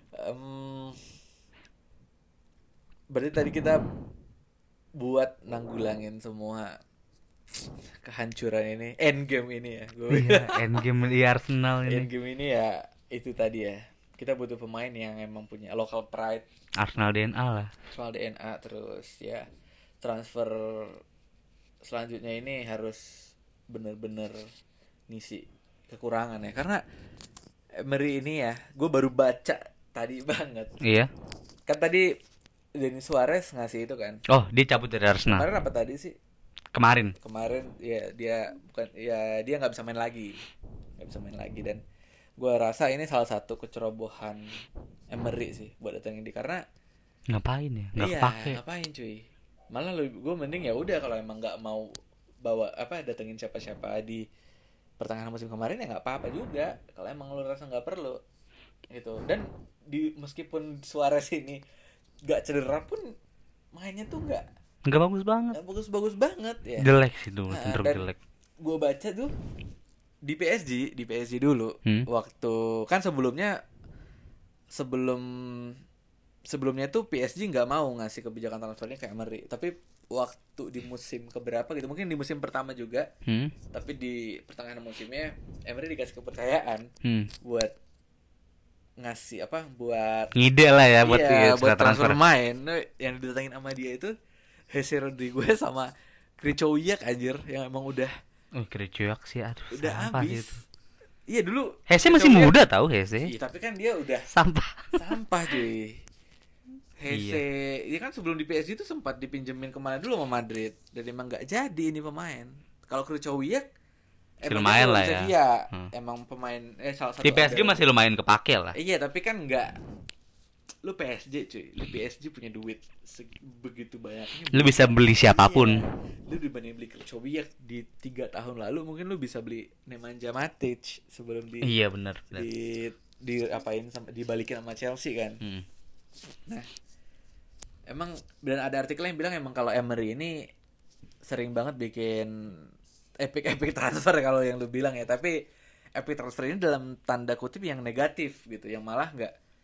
Berarti tadi kita buat nanggulangin semua kehancuran ini, endgame ini ya. Iya, endgame di Arsenal ini. Endgame ini ya itu tadi ya. Kita butuh pemain yang emang punya local pride, Arsenal DNA lah. soal DNA, terus ya transfer selanjutnya ini harus bener-bener ngisi kekurangan ya. Karena Emery ini ya, gue baru baca tadi banget. Iya. Kan tadi Denis Suarez ngasih itu kan. Oh, dia cabut dari Arsenal. Kemarin apa tadi sih? Kemarin. Ya dia nggak bisa main lagi. Dan gue rasa ini salah satu kecerobohan Emery sih buat datengin dia, karena Ngapain ya? Nggak iya, kepake. ngapain cuy? Malah gue mending ya udah kalau emang nggak mau datengin siapa-siapa pertengahan musim kemarin ya nggak apa-apa juga kalau emang lu rasa nggak perlu gitu. Dan meskipun Suarez ini nggak cedera pun mainnya tuh Nggak bagus banget. nggak bagus-bagus banget ya. Jelek sih tuh, Nah, cenderung dan jelek. gue baca tuh di PSG dulu waktu kan sebelumnya tuh PSG nggak mau ngasih kebijakan transfernya ke Emery, tapi waktu di musim keberapa gitu, mungkin di musim pertama juga, tapi di pertengahan musimnya Emery dikasih kepercayaan buat ngasih buat Ngide lah ya buat iya, buat transfer pemain. Nah, yang didatengin sama dia itu Jesse Rodriguez sama Krychowiak anjir, yang emang udah Krychowiak sih aduh udah sampah sih habis. itu. Iya dulu Hesse masih Krychowiak- muda tau Hesse. Iya, tapi kan dia udah Sampah. cuy. Hesse, dia kan sebelum di PSG itu sempat dipinjemin kemana dulu sama Madrid, dan emang nggak jadi ini pemain. Kalau Krychowiak Lumayan lah ya. Sevilla, emang pemain salah satu Di PSG masih lumayan kepake lah. Iya, tapi kan nggak, lu PSG cuy, lu PSG punya duit begitu banyaknya. Lu bisa beli siapapun. Iya. Lu dibanding beli Krychowiak di 3 tahun lalu, mungkin lu bisa beli Nemanja Matic sebelum Iya benar. di apain sampai dibalikin sama Chelsea kan. Nah, emang dan ada artikel yang bilang emang kalau Emery ini sering banget bikin epic transfer kalau yang lu bilang ya, tapi epic transfer ini dalam tanda kutip yang negatif gitu, yang malah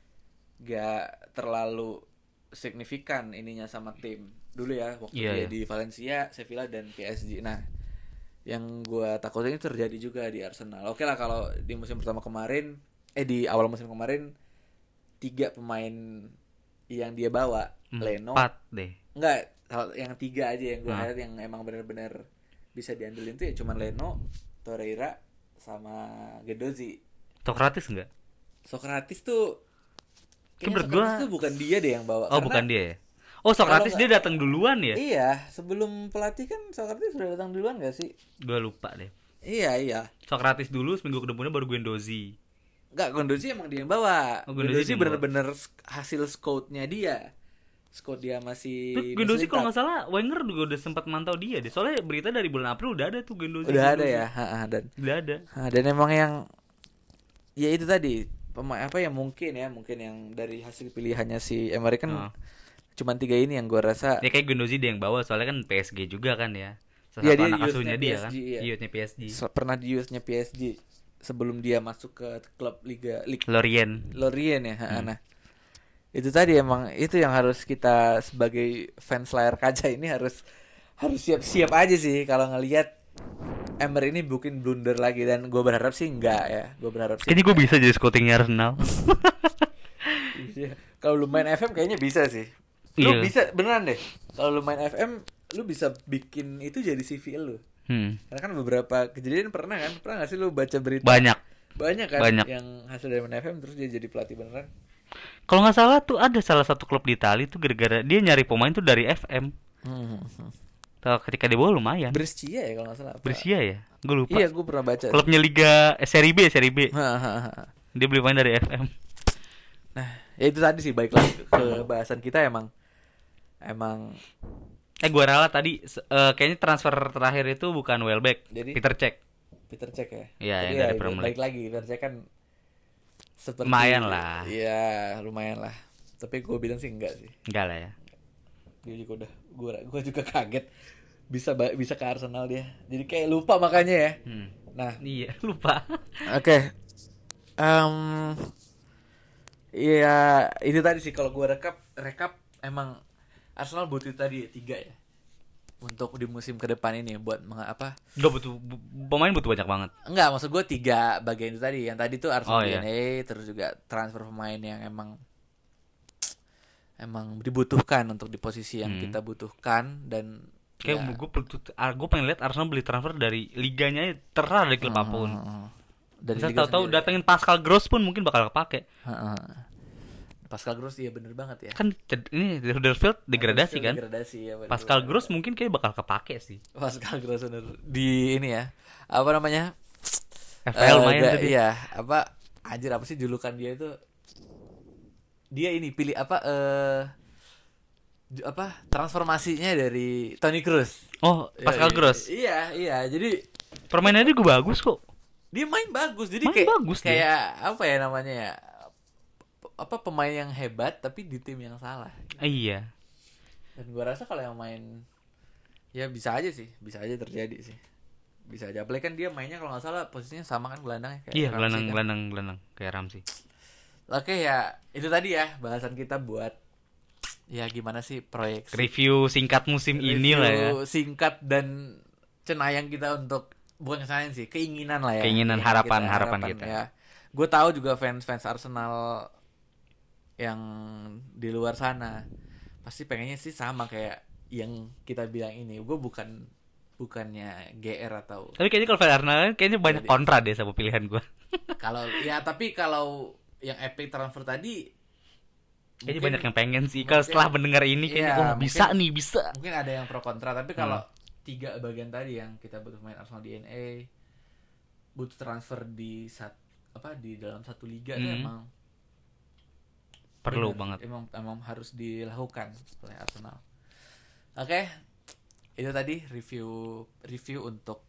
nggak terlalu signifikan ininya sama tim dulu ya waktu dia di Valencia, Sevilla dan PSG. Nah, yang gue takutin ini terjadi juga di Arsenal. Oke lah kalau di musim pertama kemarin di awal musim kemarin 3 pemain yang dia bawa, Leno 4 deh. enggak, yang 3 aja yang gue lihat yang emang benar-benar bisa diandelin tuh ya cuman Leno, Torreira sama Guendouzi. Sokratis enggak? Sokratis tuh menurut Sokratis tuh bukan dia deh yang bawa. Oh, bukan dia ya. Oh, Sokratis dia datang duluan ya? Iya, sebelum pelatih kan Sokratis sudah datang duluan gak sih? Gua lupa deh. Iya. Sokratis dulu, seminggu kedepannya baru Guendouzi. Enggak, Guendouzi emang dia yang bawa. Guendouzi yang bener-bener hasil scoutnya dia. Scout dia masih Guendouzi kalau nggak salah Wenger juga udah sempat mantau dia deh. Soalnya berita dari bulan April udah ada tuh Guendouzi. Udah ada ya, udah ada. Dan emang yang ya itu tadi pemain yang mungkin yang dari hasil pilihannya si Emery kan cuman 3 ini yang gue rasa. Ya kayak Guendouzi dia yang bawa soalnya kan PSG juga kan ya. Iya, dia anak asuhnya dia PSG, kan. Iya. Youthnya PSG. Pernah di youthnya PSG sebelum dia masuk ke klub Liga Lorient ya. Nah, itu tadi emang itu yang harus kita sebagai fans layar kaca ini harus siap-siap aja sih kalau ngelihat Emery ini bikin blunder lagi, dan gue berharap sih enggak ya. Gue berharap sih. Kayaknya gue bisa jadi scoutingnya Arsenal. Kalau lu main FM kayaknya bisa sih. Lu bisa beneran deh. Kalau lu main FM, lu bisa bikin itu jadi CV lu. Karena kan beberapa kejadian pernah nggak sih lu baca berita? Banyak kan yang hasil dari main FM terus dia jadi pelatih beneran. Kalau nggak salah tuh ada salah satu klub di Italia tuh gara-gara dia nyari pemain tuh dari FM. Ketika dia bawa lumayan. Brescia ya kalau nggak salah. Brescia ya? Gue lupa. Iya, gue pernah baca. Klubnya Liga Serie B. Dia beli pemain dari FM. Nah, ya itu tadi sih, balik lagi ke bahasan kita emang gue rela tadi kayaknya transfer terakhir itu bukan Welbeck, jadi Peter Cech ya. Iya, yang dari Premier League. Balik lagi Peter Cech kan seperti lumayan lah. Iya, lumayan lah. Tapi gue bilang sih enggak sih. Enggak lah ya. Dia juga gue juga kaget bisa ke Arsenal dia. Jadi kayak lupa makanya ya. Nah, iya, lupa. Oke. Iya, itu tadi sih kalau gue rekap emang Arsenal butuh tadi 3 ya. Untuk di musim ke depan ini buat Gak butuh pemain, butuh banyak banget. Enggak, maksud gue 3 bagian itu tadi. Yang tadi tuh Arsenal DNA, terus juga transfer pemain yang emang dibutuhkan untuk di posisi yang kita butuhkan. Dan kayak gue pengen lihat Arsenal beli transfer dari liganya terserah dari klub apapun. Dan saya tahu datengin Pascal Gross pun mungkin bakal kepake. Pascal Gross iya bener banget ya. Kan ini Huddersfield degradasi kan? Ya, Pascal Gross mungkin kayak bakal kepake sih. Pascal Gross bener di ini ya. Apa namanya? FPL main tadi. Iya, anjir apa sih julukan dia itu? Dia ini pilih transformasinya dari Toni Kroos. Oh, Pascal Gross. Iya. Jadi permainannya juga bagus kok. Dia main bagus. Jadi Main kayak bagus dia. kayak apa ya namanya ya? Apa pemain yang hebat tapi di tim yang salah. Iya. Dan gua rasa kalau yang main ya bisa aja sih, bisa aja terjadi sih. Bisa aja. Apalagi kan dia mainnya kalau nggak salah posisinya sama kan gelandangnya kayak Iya, Ramsey kan. gelandang kayak Ramsey. Oke ya, itu tadi ya bahasan kita buat ya gimana sih proyeksi Review singkat musim ini lah ya. review singkat dan cenayang kita untuk bukan cenayang sih, keinginan lah ya. Keinginan, harapan kita. Ya. Gue tahu juga fans Arsenal yang di luar sana pasti pengennya sih sama kayak yang kita bilang ini. Gue bukannya GR atau Tapi kayaknya kalau Arsenal kayaknya banyak Jadi- kontra deh sama pilihan gue. kalau ya tapi kalau yang epic transfer tadi Kayaknya mungkin- banyak yang pengen sih. mungkin- Kalau setelah mendengar ini kayaknya Iya, bisa mungkin- nih, bisa. mungkin ada yang pro kontra tapi kalau tiga bagian tadi yang kita butuh main Arsenal DNA, butuh transfer di di dalam satu liga itu emang Perlu bener, banget. emang harus dilakukan oleh Arsenal. Oke, itu tadi review untuk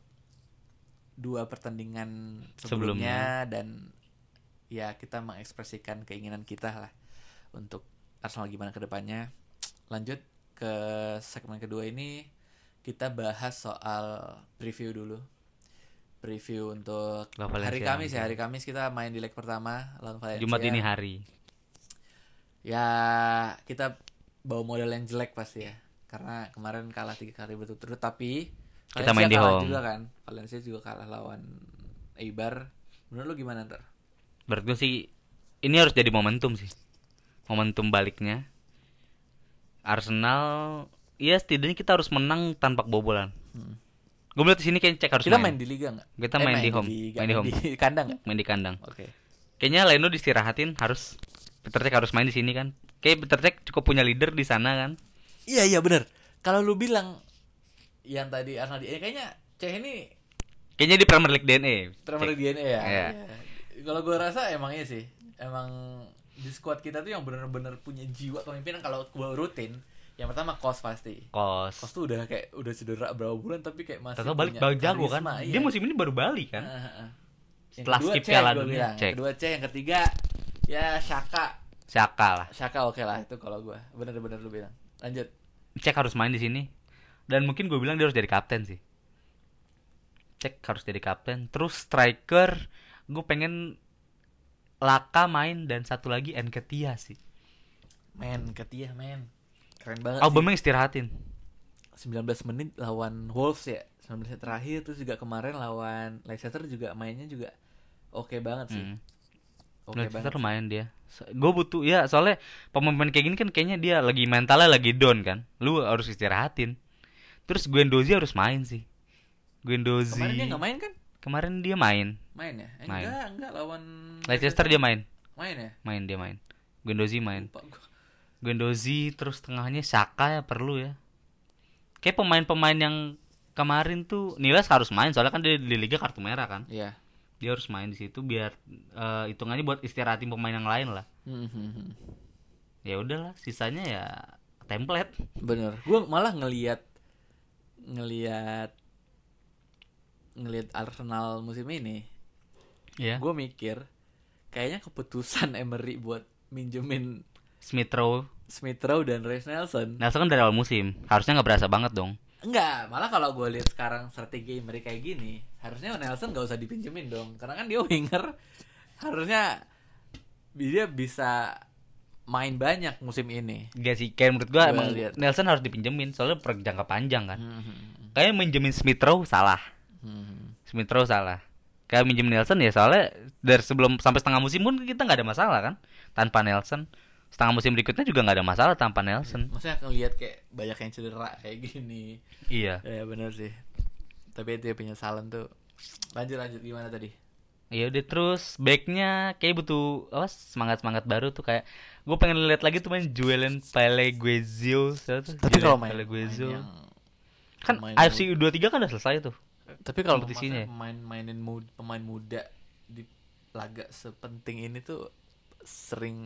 2 pertandingan sebelumnya dan ya kita mengekspresikan keinginan kita lah untuk Arsenal gimana ke depannya. Lanjut ke segmen kedua ini kita bahas soal preview dulu. Preview untuk Lawan hari Valencia. Kamis ya. Hari Kamis kita main di leg pertama lawan Valencia. Jumat dini hari. Ya kita bawa modal yang jelek pasti ya. Karena kemarin kalah 3 kali berturut-turut tapi Kita main di kalah home. juga kan. Valencia juga kalah lawan Eibar. Menurut lu gimana ntar? Menurut gue sih ini harus jadi momentum sih. Momentum baliknya. Arsenal ya setidaknya kita harus menang tanpa kebobolan. Gue melihat di sini kayaknya cek harus Kita main di liga nggak? Kita main di home. liga, Main di home. di kandang nggak? Main di kandang. Oke. Kayaknya Leno distirahatin harus Peter Cech harus main di sini kan. Kayak Peter Cech cukup punya leader di sana kan. Iya bener. Kalau lu bilang yang tadi Arsenal kayaknya Cech ini Kayaknya di Premier League DNA. Premier League DNA ya. Iya. Iya. Kalau gue rasa emangnya sih, emang di squad kita tuh yang bener-bener punya jiwa kepemimpinan. Kalau gue rutin, yang pertama Kos pasti. Kos Kos. tuh udah cedera berapa bulan tapi kayak masih Tahu balik punya jago kan. karisma, iya. Dia musim ini baru balik kan. Yang Setelah kedua skip Cech, Piala gua Dunia, bilang. Cech. Yang kedua Cech, yang ketiga ya Saka lah. Shaka oke lah itu kalau gue bener-bener lu bilang. Lanjut. Cek harus main di sini. Dan mungkin gue bilang dia harus jadi kapten sih. Cek harus jadi kapten. Terus striker, gue pengen Laka main dan satu lagi Nketiah sih. Ketia keren banget Aubameyang istirahatin. 19 menit lawan Wolves ya 19 menit terakhir. Terus juga kemarin lawan Leicester juga mainnya juga oke banget sih. Oke Leicester banget. main dia. Gue butuh ya soalnya pemain kayak gini kan kayaknya dia lagi mentalnya lagi down kan. Lu harus istirahatin. Terus Guendouzi harus main sih. Guendouzi. Kemarin dia nggak main kan? Kemarin dia main. Main ya? Main. Enggak lawan Leicester dia main. Main ya? Main dia main. Guendouzi main. Lupa gua. Guendouzi terus tengahnya Saka ya perlu ya. Kayak pemain-pemain yang kemarin tuh Niles harus main soalnya kan dia di liga kartu merah kan. Iya. Dia harus main di situ biar hitungannya buat istirahatin pemain yang lain lah. Ya udahlah, sisanya ya template. Bener. Gue malah ngelihat Arsenal musim ini. Ya. Gue mikir kayaknya keputusan Emery buat minjemin Smith Rowe. Smith Rowe dan Reiss Nelson. Nelson kan dari awal musim, harusnya nggak berasa banget dong. Enggak, malah kalau gue lihat sekarang strategi Emery kayak gini, harusnya Nelson gak usah dipinjemin dong, karena kan dia winger, harusnya dia bisa main banyak musim ini. Gak sih, kayak menurut gua Gua emang lihat. Nelson harus dipinjemin soalnya per jangka panjang kan. Kayak minjemin Smith Rowe salah. Smith Rowe salah. Kayak minjem Nelson ya soalnya dari sebelum sampai setengah musim pun kita nggak ada masalah kan tanpa Nelson. Setengah musim berikutnya juga nggak ada masalah tanpa Nelson. Maksudnya ngelihat kayak banyak yang cedera kayak gini. Iya. Ya benar sih. Tapi itu ya penyesalan tuh. Lanjut gimana tadi? Ya udah terus backnya kayak butuh apa semangat baru tuh kayak gue pengen lihat lagi tuh main Julian Paleguezio siapa tuh? Tapi kalau Julian main Paleguezio. yang Kan pemain AFC U23 kan udah selesai tuh. tapi kalau kompetisinya. pemain muda di laga sepenting ini tuh sering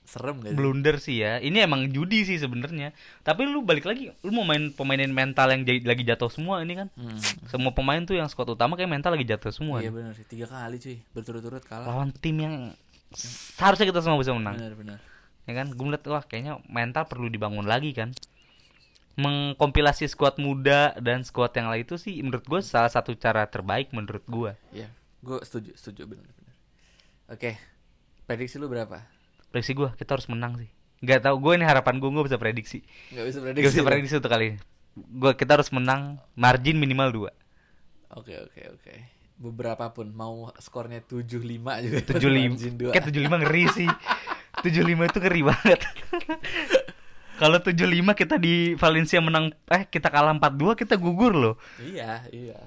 serem gak sih? Blunder sih ya. Ini emang judi sih sebenarnya. Tapi lu balik lagi, lu mau pemainin mental yang lagi jatuh semua ini kan. Semua pemain tuh yang squad utama kayak mental lagi jatuh semua. Iya benar sih, 3 kali cuy berturut-turut kalah. Lawan tim yang seharusnya kita semua bisa menang. Benar. Ya kan, gue ngeliat wah kayaknya mental perlu dibangun lagi kan. Mengkompilasi skuad muda dan skuad yang lain itu sih menurut gue salah satu cara terbaik menurut gue. Iya, gue setuju benar. Oke, prediksi lu berapa? Prediksi gue kita harus menang sih. Nggak tahu, gue ini harapan gue bisa prediksi. Nggak bisa Gak bisa prediksi untuk kali ini. Kita harus menang, margin minimal 2. Oke. Beberapa pun mau skornya 7-5 juga. 75. Kayak 75 ngeri sih. 75 itu ngeri banget. Kalau 75 kita di Valencia menang, kita kalah 4-2, kita gugur loh. Iya.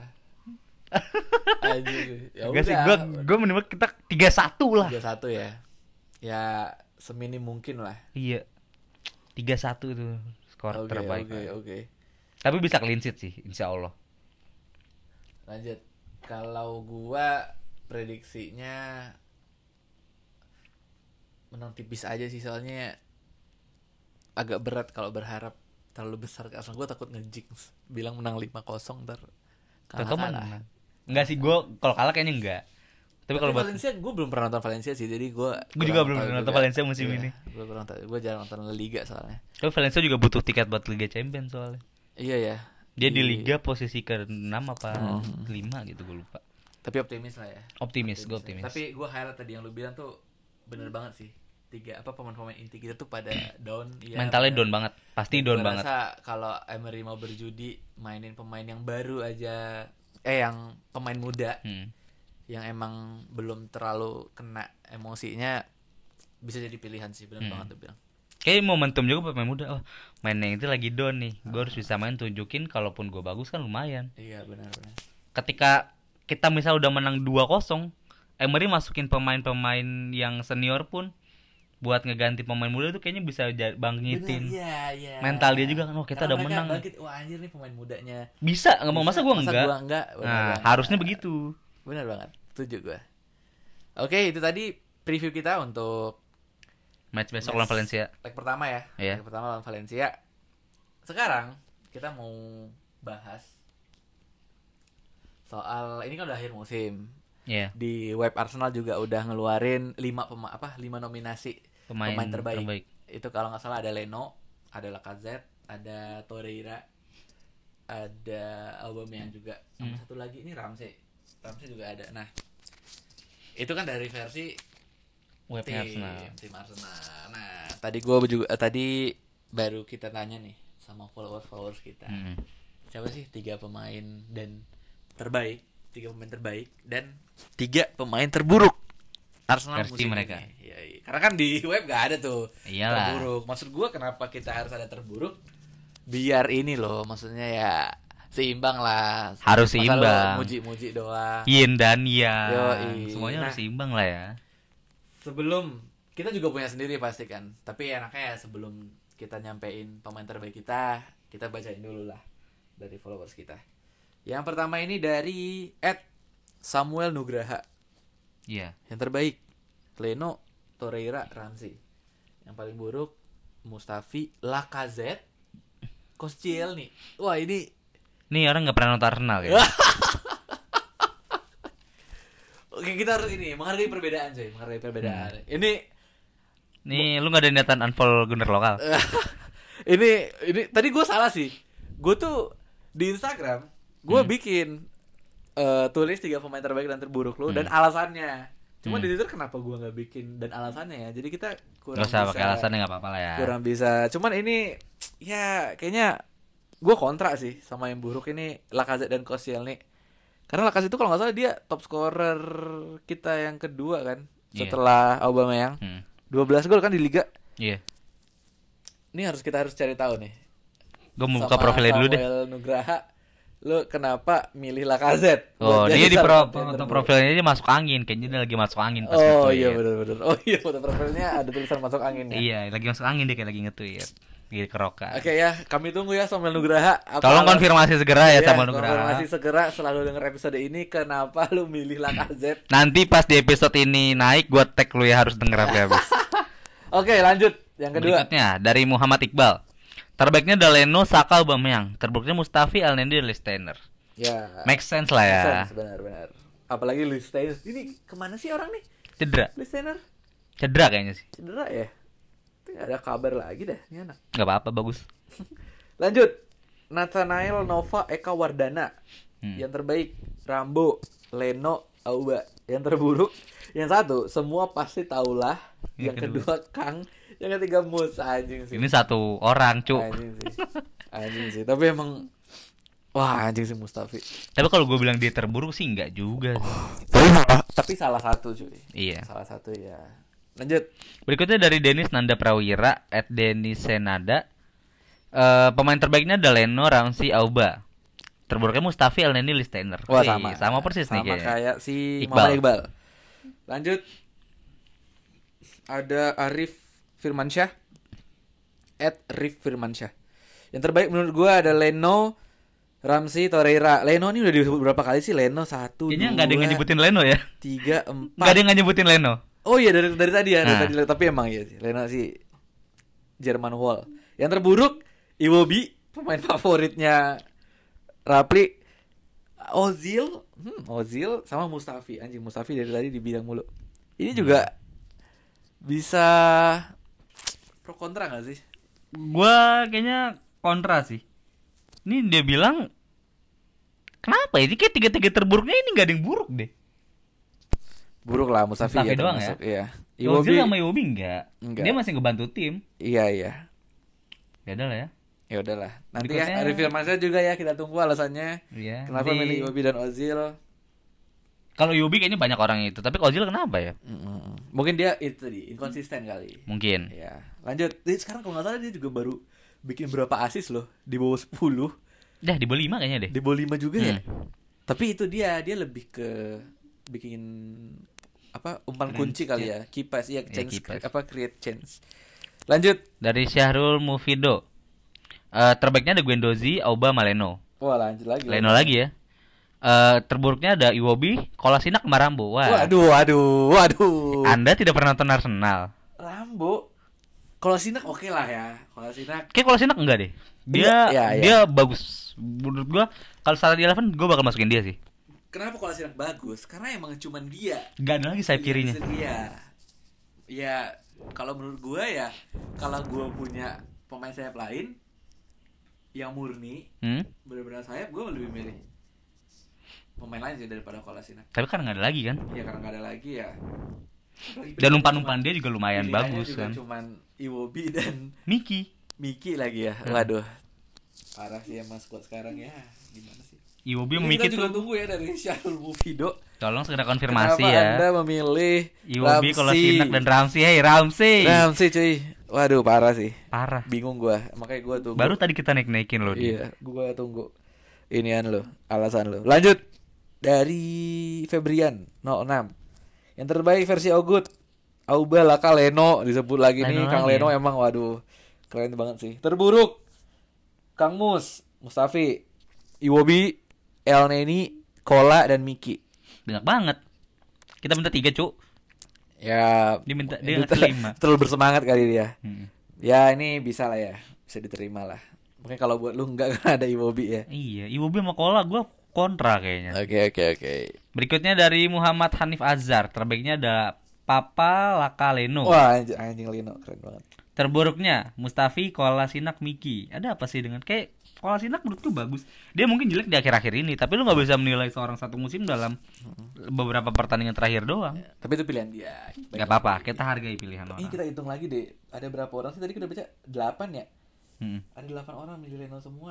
Anjir. Ya Gak sih, udah. gue minimal kita 3-1 lah. 3-1 ya. Ya seminim mungkin lah. Iya. 3-1 itu skor terbaik. Oke. Tapi bisa clean sheet sih, insya Allah. Lanjut. Kalau gua prediksinya menang tipis aja sih, soalnya agak berat kalau berharap terlalu besar ke Arsenal. Gue takut ngejinx bilang menang 5-0 ntar kalah. Enggak sih, gue kalau kalah kayaknya enggak. Tapi kalau Valencia, gue belum pernah nonton Valencia sih, jadi gue juga belum pernah nonton Valencia musim ini. Gue jarang nonton La Liga soalnya. Tapi Valencia juga butuh tiket buat Liga Champions soalnya. Iya ya. Dia di Liga posisi ke-6 apa 5 gitu, gue lupa. Tapi optimis lah ya. Gue optimis. Tapi gue highlight tadi yang lu bilang tuh bener banget sih. Pemain-pemain inti kita tuh pada down ya. Mentalnya down banget. Pasti down banget. Gue rasa kalau Emery mau berjudi mainin pemain yang baru aja, yang pemain muda yang emang belum terlalu kena emosinya, bisa jadi pilihan sih, benar banget tuh bilang. Kayak momentum juga pemain muda. Oh, mainnya itu lagi down nih. Gue harus bisa main, tunjukin kalaupun gue bagus kan lumayan. Iya, benar. Ketika kita misal udah menang 2-0, Emery masukin pemain-pemain yang senior pun buat ngeganti pemain muda tuh kayaknya bisa bangkitin. Iya. Mental dia juga kan, kita udah menang. Bangkit, wah anjir nih pemain mudanya. Bisa, masa gue enggak. Nah, harusnya begitu. Benar banget. Setuju gue. Oke, itu tadi preview kita untuk match besok lawan Valencia. Leg pertama ya. Iya. Leg pertama lawan Valencia. Sekarang kita mau bahas soal ini kan udah akhir musim. Iya. Di web Arsenal juga udah ngeluarin 5 nominasi pemain terbaik. Itu kalau nggak salah ada Leno, ada Lacazette, ada Torreira, ada Aubameyang juga, sama satu lagi ini Ramsey juga ada. Nah, itu kan dari versi web Arsenal. Tim Arsenal. Nah, tadi baru kita tanya nih sama followers kita. Siapa sih 3 pemain terbaik dan 3 pemain terburuk Arsenal versi musim mereka. ini. Iya. Karena kan di web gak ada tuh. Iyalah. Terburuk. Maksud gue kenapa kita harus ada terburuk? Biar ini loh, maksudnya ya seimbang lah. Harus Masa seimbang. Muji-muji doang. Yin dan Yang. Yoi. Semuanya harus seimbang lah ya. Sebelum kita juga punya sendiri pasti kan. Tapi enaknya ya sebelum kita nyampein pemain terbaik kita bacain dulu lah dari followers kita. Yang pertama ini dari @Samuel Nugraha. Iya. Yang terbaik Leno, Torreira, Ramsey. Yang paling buruk Mustafi, Lacazette, Koscielny. Wah, ini orang nggak pernah nonton Arsenal ya. Oke, kita harus menghargai perbedaan coy, Ini lu nggak ada niatan unfollow Gunner lokal. ini tadi gue salah sih. Gue tuh di Instagram gue bikin tulis 3 pemain terbaik dan terburuk lu dan alasannya. Cuma di Twitter kenapa gue nggak bikin dan alasannya ya. Jadi kita kurang Gak usah bisa. pakai alasannya, nggak apa-apa lah ya. Kurang bisa. Cuman ini ya kayaknya gue kontra sih sama yang buruk ini Lacazette dan Koscielny. Karena Lacazette itu kalau nggak salah dia top scorer kita yang kedua kan setelah Aubameyang. 12 gol kan di liga. Iya. Ini kita harus cari tahu nih. Gue mau buka profilnya dulu deh. Samuel Nugraha, lu kenapa milih Lacazette? Oh, dia di profilnya dia masuk angin, kayaknya dia lagi masuk angin pas Oh nge-tweet. iya benar. Oh iya, foto profilnya ada tulisan masuk angin ya. Iya, lagi masuk angin dia kayak lagi nge-tweet. Lagi kerokan. Oke ya, kami tunggu ya Samuel Nugraha. Tolong konfirmasi segera ya Samuel Nugraha. Konfirmasi segera setelah lu denger episode ini, kenapa lu milih Lacazette? Nanti pas di episode ini naik gua tag lu ya, harus denger sampai habis. Oke, lanjut. Yang kedua. Berikutnya dari Muhammad Iqbal. Terbaiknya ada Leno, Saka, Aubameyang. Terburuknya Mustafi, Elneny, Listener. Ya. Make sense lah ya. Benar-benar. Apalagi Listener. Ini kemana sih orang nih? Cedera. Listener. Cedera kayaknya sih. Cedera ya? Gak ada kabar lagi dah ini anak. Gak apa-apa, bagus. Lanjut. Nathanael, Nova, Eka Wardana. Yang terbaik Rambo, Leno, Auba. Yang terburuk, yang satu semua pasti tahulah. Yang kedua Kang. Yang ketiga Mus. Anjing sih. Ini satu orang, cu. Anjing sih. Tapi emang wah anjing sih Mustafi. Tapi kalau gue bilang dia terburuk sih enggak juga. Tapi salah satu cuy. Iya. Salah satu ya. Lanjut. Berikutnya dari Denis Nanda Prawira @denisenada. Pemain terbaiknya ada Leno, Ramsey, Auba. Terburuknya Mustafi, Elneny, Listener. Wah, sama persis nih kayaknya. Sama kayak si Iqbal. Muhammad Iqbal. Lanjut. Ada Arif Firmansyah @rifirmansyah. Yang terbaik menurut gua ada Leno, Ramsey, Torreira. Leno ini udah disebut berapa kali sih? Leno 1, Kayaknya 2, nggak ada yang nyebutin Leno ya. 3, 4. Nggak ada yang nyebutin Leno. Oh iya dari tadi ya, Nah. dari tadi. Tapi emang iya sih. Leno sih Jerman Wall. Yang terburuk Iwobi, pemain favoritnya Rapli. Ozil sama Mustafi. Anjing Mustafi dari tadi dibilang mulu. Ini juga bisa pro kontra gak sih? Gua kayaknya kontra sih. Ini dia bilang kenapa ya? Ini kayak tiga terburuknya ini nggak ada yang buruk deh. Buruk lah Mustafi ya doang termasuk, ya. Iya. Ozil sama Iwobi enggak. Enggak. Dia masih ngebantu tim. Iya. Ya udah lah ya. Ya udahlah. Nanti Berikutnya- ya Arif Firmansyah juga ya kita tunggu alasannya. Iya. Kenapa nanti- milih Iwobi dan Ozil? Kalau Iwobi kayaknya banyak orang itu, tapi Ozil kenapa ya? Mungkin dia itu tadi inkonsisten kali. Mungkin. Ya, lanjut. Jadi sekarang kalau nggak salah dia juga baru bikin berapa assist loh di bawah 10, Dah di bawah 5 kayaknya deh. di bawah 5 juga ya. Tapi itu dia lebih ke bikin apa umpan kunci kali ya, key pass ya, chance key pass. create chance. Lanjut. Dari Syahrul Mufido. Terbaiknya ada Guendouzi, Auba, Maleno. Wah, lanjut lagi. Leno lagi ya. Terburuknya ada Iwobi, Kolasinac, sama Rambo. Wah. Waduh. Anda tidak pernah nonton Arsenal. Rambo. Kalau Sinak oke lah ya. Kalau Sinak Kayak Kolasinac enggak deh. Enggak, Dia ya. dia bagus. Menurut gua kalau salah di 11 gua bakal masukin dia sih. kenapa kalau Sinak bagus? Karena emang cuman dia. Gak ada lagi sayap kirinya. Dia. Ya, kalau menurut gue ya, kalau gue punya pemain sayap lain yang murni, benar-benar sayap, gue lebih milih pemain lain sih daripada Kolasinac. Tapi kan nggak ada lagi kan. Ya karena nggak ada lagi ya. Dan umpan-umpan dia juga lumayan bagus juga kan. cuman Iwobi dan Miki lagi ya. Waduh. Parah sih emang squad sekarang ya. Gimana sih? Iwobi Ini sama Miki kita juga tuh. tunggu ya dari Syahrul Mufido. Tolong segera konfirmasi Kenapa ya. Anda memilih Iwobi, Kolasinac dan Ramsey. Hey Ramsey. Ramsey cuy. Waduh parah sih. Parah. Bingung gua. Makanya gua tunggu. Baru tadi kita naik-naikin loh dia. Iya, gua tunggu. Inian lo, alasan lo. Lanjut. Dari Febrian 06. Yang terbaik versi Ogut. Auba, Laka, Leno disebut lagi nih. Leno Kang lagi Leno ya? emang waduh. Keren banget sih. Terburuk. Kang Mus, Mustafi, Iwobi, Elneny, Kola dan Miki. Banyak banget. Kita minta 3 cu. Ya, Dia minta itu dia ngasih 5. terlalu bersemangat kali dia. Ya, ini bisa lah ya. Bisa diterima lah. Mungkin kalau buat lu enggak kan ada Iwobi ya. Iya, Iwobi sama Kola gue kontra kayaknya. Oke. Berikutnya dari Muhammad Hanif Azhar. Terbaiknya ada Papa, Laka, Leno. Wah, anjing Leno keren banget. Terburuknya Mustafi, Kolasinac, Miki. Ada apa sih dengan kayak Kolasinac menurutku bagus. Dia mungkin jelek di akhir-akhir ini, tapi lu nggak bisa menilai seorang satu musim dalam beberapa pertandingan terakhir doang. Tapi itu pilihan dia. Gak apa-apa, kita hargai pilihan orang. Ini kita hitung lagi deh. Ada berapa orang sih tadi kita baca? 8 ya? Ada 8 orang milih Leno semua.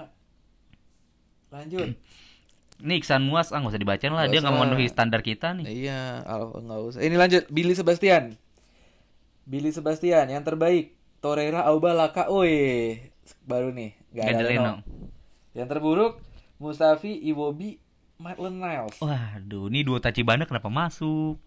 Lanjut. Nih Iksan Muas, nggak usah dibacain lah. Nggak Dia nggak usah. memenuhi standar kita nih. Iya, nggak usah. Ini lanjut. Billy Sebastian yang terbaik. Torreira, Auba, Laka. Oi, baru nih. Gak ada Leno. Yang terburuk Mustafi, Iwobi, Maitland Niles. Waduh, ini dua Tachibana kenapa masuk?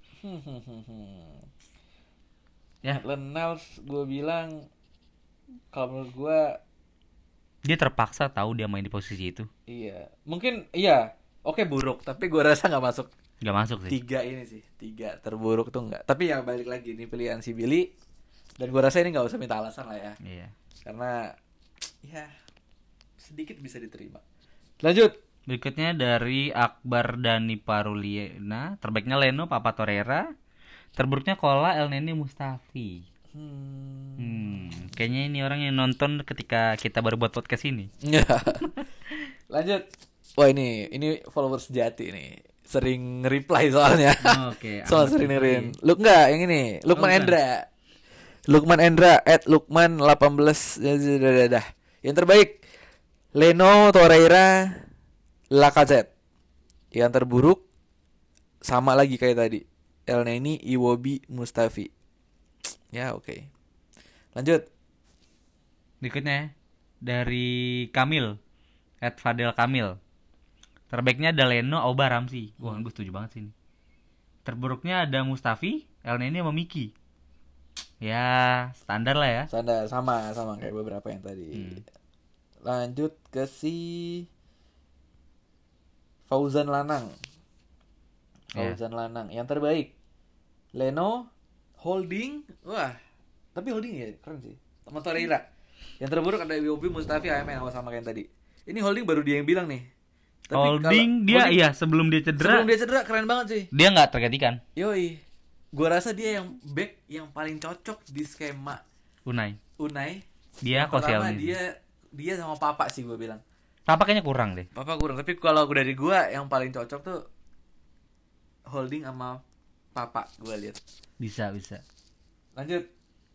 Ya, Maitland Niles gue bilang kalau menurut gue Dia terpaksa tahu dia main di posisi itu. iya. Mungkin iya. Oke buruk, tapi gue rasa nggak masuk. Nggak masuk sih. 3 ini sih. 3 terburuk tuh nggak. Tapi ya balik lagi nih pilihan si Billy. Dan gue rasa ini nggak usah minta alasan lah ya, Iya. karena ya sedikit bisa diterima. Lanjut. Berikutnya dari Akbar Dani Paruliana, terbaiknya Leno, Papa Torreira, terburuknya Kola, Elneny, Mustafi. Kayaknya ini orang yang nonton ketika kita baru buat podcast ini. Lanjut. Wah ini followers sejati nih. Sering reply soalnya. Oke. Soal sering nerin. Enggak, yang ini. Lukman Endra. Lukman Endra @lukman18. Dah. Yang terbaik Leno, Torreira, Lacazette. Yang terburuk sama lagi kayak tadi. Elneny, Iwobi, Mustafi. Ya, oke. Lanjut. Berikutnya dari Kamil, @Fadel Kamil. Terbaiknya ada Leno, Auba, Ramsey. Wah, gue setuju banget sih ini. Terburuknya ada Mustafi, Elneny sama Miki. Ya, standar lah ya. Standar sama kayak beberapa yang tadi. Lanjut ke si Fauzan Lanang. Yang terbaik Leno, Holding. Wah, tapi Holding ya keren sih. Sama Torreira. Yang terburuk ada Iwobi, Mustafi, AMN sama kayak yang tadi. Ini Holding baru dia yang bilang nih. Tapi Holding dia iya sebelum dia cedera keren banget sih. dia nggak tergantikan. Yoi. Gua rasa dia yang back yang paling cocok di skema Unai. Yang Dia pertama Koscielny. dia sama Papa sih gua bilang. Papa kayaknya kurang deh. Papa kurang, tapi kalau dari gua yang paling cocok tuh Holding sama Papa gua lihat. Bisa. Lanjut.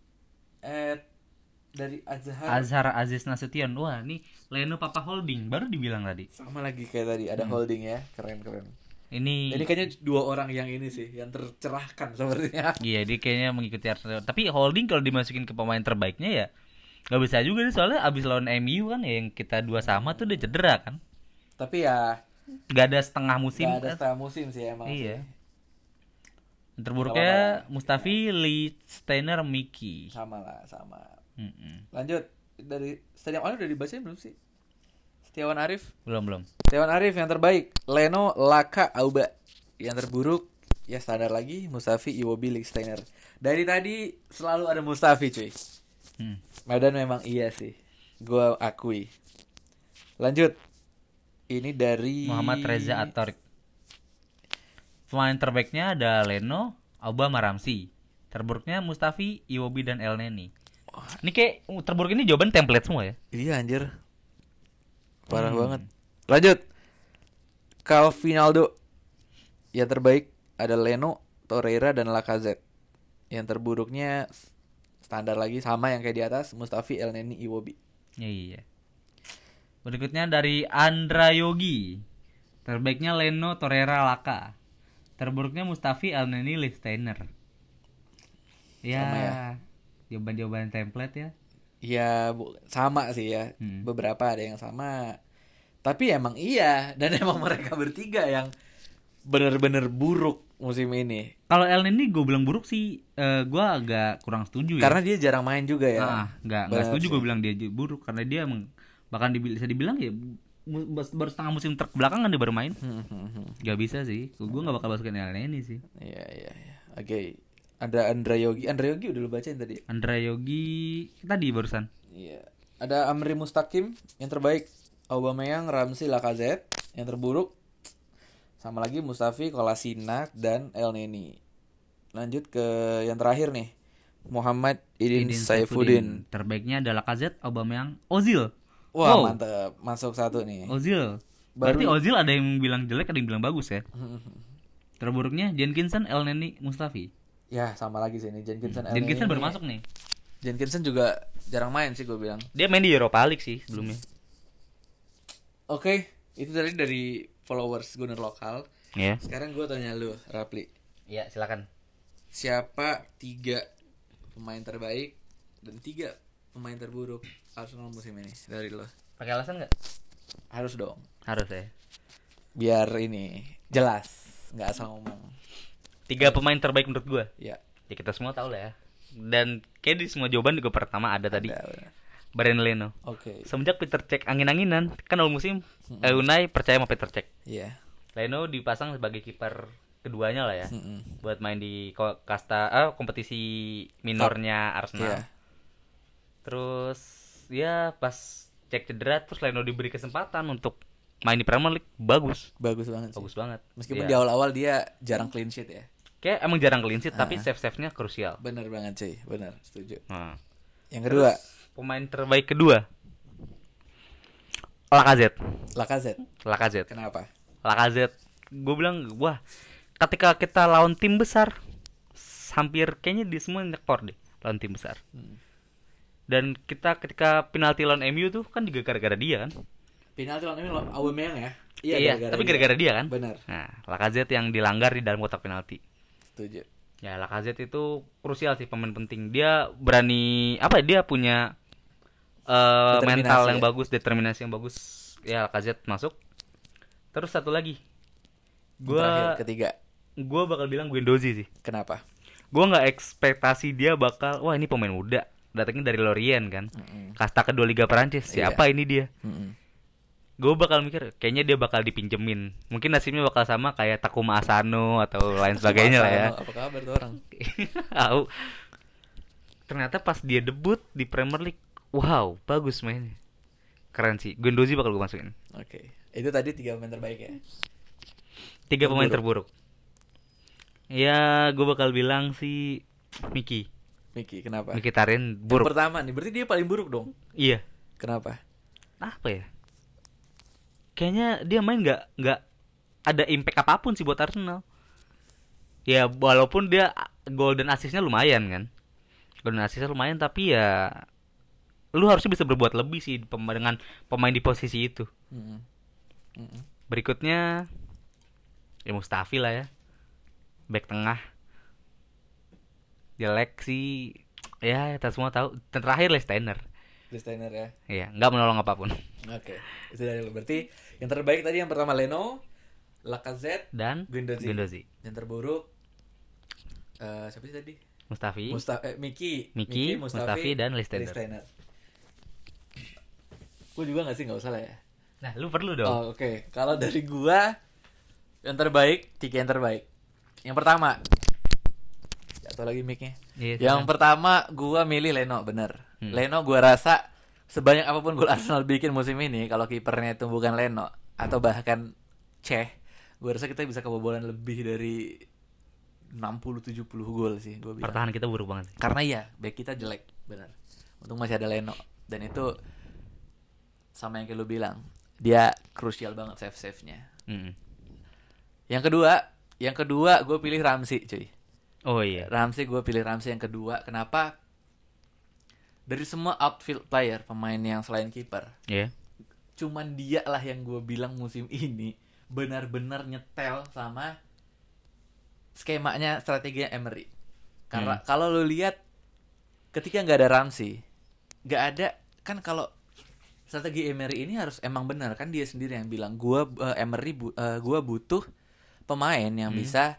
Dari Azhar Aziz Nasution. Wah, nih Leno, Papa, Holding baru dibilang tadi. sama lagi kayak tadi ada Holding ya. Keren. Ini Kayaknya dua orang yang ini sih yang tercerahkan sepertinya. iya, dia kayaknya mengikuti Arsenal. Tapi Holding kalau dimasukin ke pemain terbaiknya ya nggak bisa juga nih, soalnya abis lawan MU kan ya, yang kita 2-2 tuh dia cedera kan. Tapi ya Nggak ada setengah musim. nggak ada setengah musim sih emang. Iya. Sih. Yang terburuknya Mustafi, Lee Steiner, Miki. Sama. Lanjut dari Setiawan Arif udah dibacain belum sih? Setiawan Arif yang terbaik Leno, Laka, Auba. Yang terburuk ya standar lagi Mustafi, Iwobi, Lichtsteiner. Dari tadi selalu ada Mustafi cuy. Medan memang iya sih, gua akui. Lanjut. Ini dari Muhammad Reza Atorik. Pemain terbaiknya ada Leno, Auba, Ramsey. Terburuknya Mustafi, Iwobi, dan Elneny. Ini kayak terburuk ini jawaban template semua ya. Iya anjir. Parah banget. Lanjut. Calvinaldo. Yang terbaik ada Leno, Torreira, dan Lacazette. Yang terburuknya standar lagi sama yang kayak di atas, Mustafi, Elneny, Iwobi. Iya. Berikutnya dari Andra Yogi. Terbaiknya Leno, Torreira, Laka. Terburuknya Mustafi, Elneny, Lichtsteiner. Ya, Sama ya. Jawaban-jawaban template ya. Ya sama sih ya. Beberapa ada yang sama. Tapi emang iya. Dan emang mereka bertiga yang bener-bener buruk musim ini. Kalau Elneny gue bilang buruk sih, gue agak kurang setuju ya. Karena dia jarang main juga ya. Nggak setuju gue bilang dia buruk, karena dia emang bahkan bisa dibilang ya baru setengah musim terbelakangan dia baru main. Gak bisa sih, gue nggak bakal masukin Elneny sih. Iya. Oke. Ada Andra Yogi udah lu bacain tadi. Andra Yogi tadi barusan. Iya. Ada Amri Mustaqim yang terbaik Aubameyang, Ramsey, Lacazette. Yang terburuk sama lagi Mustafi, Kolasinac, dan Elneny. Lanjut ke yang terakhir nih, Muhammad Idin Saifuddin. Terbaiknya adalah Lacazette, Aubameyang, Ozil. Wah, mantep, masuk satu nih. Ozil. Berarti Ozil ada yang bilang jelek, ada yang bilang bagus ya. Terburuknya Jenkinson, Elneny, Mustafi. Ya sama lagi sih ini Jenkinson. Jenkinson baru masuk nih. Jenkinson juga jarang main sih gue bilang. Dia main di Europa League sih sebelumnya. Oke, itu tadi dari followers Gunner lokal. Iya. Sekarang gue tanya lu, Rapli. Iya, silakan. Siapa 3 pemain terbaik dan 3 pemain terburuk Arsenal musim ini dari lo? Pakai alasan nggak? Harus dong. Harus ya. Biar ini jelas, nggak asal ngomong. 3 pemain terbaik menurut gue. Ya. Ya kita semua tahu lah ya. Dan kayak di semua jawaban juga pertama ada tadi. Brian Leno. Oke. Semenjak Peter Cech angin-anginan, kan awal musim Unai percaya sama Peter Cech. Iya. Leno dipasang sebagai kiper keduanya lah ya. Buat main di kompetisi minornya Arsenal. Iya. Terus ya pas cek cedera terus Leno diberi kesempatan untuk main di Premier League, bagus Banget sih. banget. Meskipun Iya. di awal-awal dia jarang clean sheet ya. Kayak emang jarang clean sheet tapi save-nya krusial. Bener banget cuy, bener, setuju. Nah, Yang kedua, pemain terbaik kedua Lacazette. Lacazette. Kenapa? Lacazette, gue bilang wah, ketika kita lawan tim besar, hampir kayaknya di semua nyekor deh lawan tim besar. Dan kita ketika penalti lawan MU tuh kan juga gara-gara dia kan. Penalti lawan MU Aubameyang ya? Iya, tapi gara-gara dia kan. Bener. Nah, Lacazette yang dilanggar di dalam kotak penalti. Setuju. Ya, Lacazette itu krusial sih, pemain penting. Dia berani dia punya mental yang bagus, determinasi yang bagus. Ya, Lacazette masuk. Terus satu lagi. Ketiga. Gua bakal bilang Guendouzi sih. Kenapa? Gua nggak ekspektasi dia bakal, wah ini pemain muda, datangnya dari Lorient kan. Kasta kedua Liga Perancis. Siapa ini dia? Gue bakal mikir kayaknya dia bakal dipinjemin, mungkin nasibnya bakal sama kayak Takuma Asano atau lain sebagainya lah ya. Apa kabar tuh orang? Tahu. Ternyata pas dia debut di Premier League, wow, bagus mainnya, keren sih. Guendouzi bakal gue masukin. Oke. Itu tadi 3 pemain terbaik ya. 3 pemain terburuk. Ya, gue bakal bilang si Miki, kenapa? Mkhitaryan Yang buruk. pertama nih, berarti dia paling buruk dong. Iya. Kenapa? Apa ya? Kayaknya dia main nggak ada impact apapun sih buat Arsenal. Ya walaupun dia gol dan asisnya lumayan kan. Gol dan asisnya lumayan, tapi ya lu harusnya bisa berbuat lebih sih dengan pemain di posisi itu. Berikutnya ya Mustafi lah ya. Back tengah. Jelek sih. Ya kita semua tahu. Terakhir Steiner ya. Iya, nggak menolong apapun. Oke. Itu dari lu. Berarti yang terbaik tadi yang pertama Leno, Lacazette Dan Guendouzi. Yang terburuk siapa sih tadi? Mustafi, Miki, Mustafi dan Steiner. Gue juga nggak usah lah ya. Nah, lu perlu dong. Oh, oke. Kalau dari gua yang terbaik, 3 yang terbaik. Yang pertama, jatuh lagi mic-nya. Yang pertama gua milih Leno, bener. Leno gua rasa sebanyak apapun gol Arsenal bikin musim ini, kalau kipernya itu bukan Leno atau bahkan gua rasa kita bisa kebobolan lebih dari 60-70 gol sih gua bilang. Pertahanan kita buruk banget. Karena ya, back kita jelek, bener. Untung masih ada Leno, dan itu sama yang kayak lu bilang, dia krusial banget save-nya. Yang kedua gue pilih Ramsey, cuy. Oh iya. Gue pilih Ramsey yang kedua. Kenapa? Dari semua outfield player, pemain yang selain kiper, cuman dia lah yang gue bilang musim ini benar-benar nyetel sama skemanya, strateginya Emery. Karena kalau lu lihat ketika nggak ada Ramsey, nggak ada kan, kalau strategi Emery ini harus emang benar kan, dia sendiri yang bilang Emery gue butuh pemain yang bisa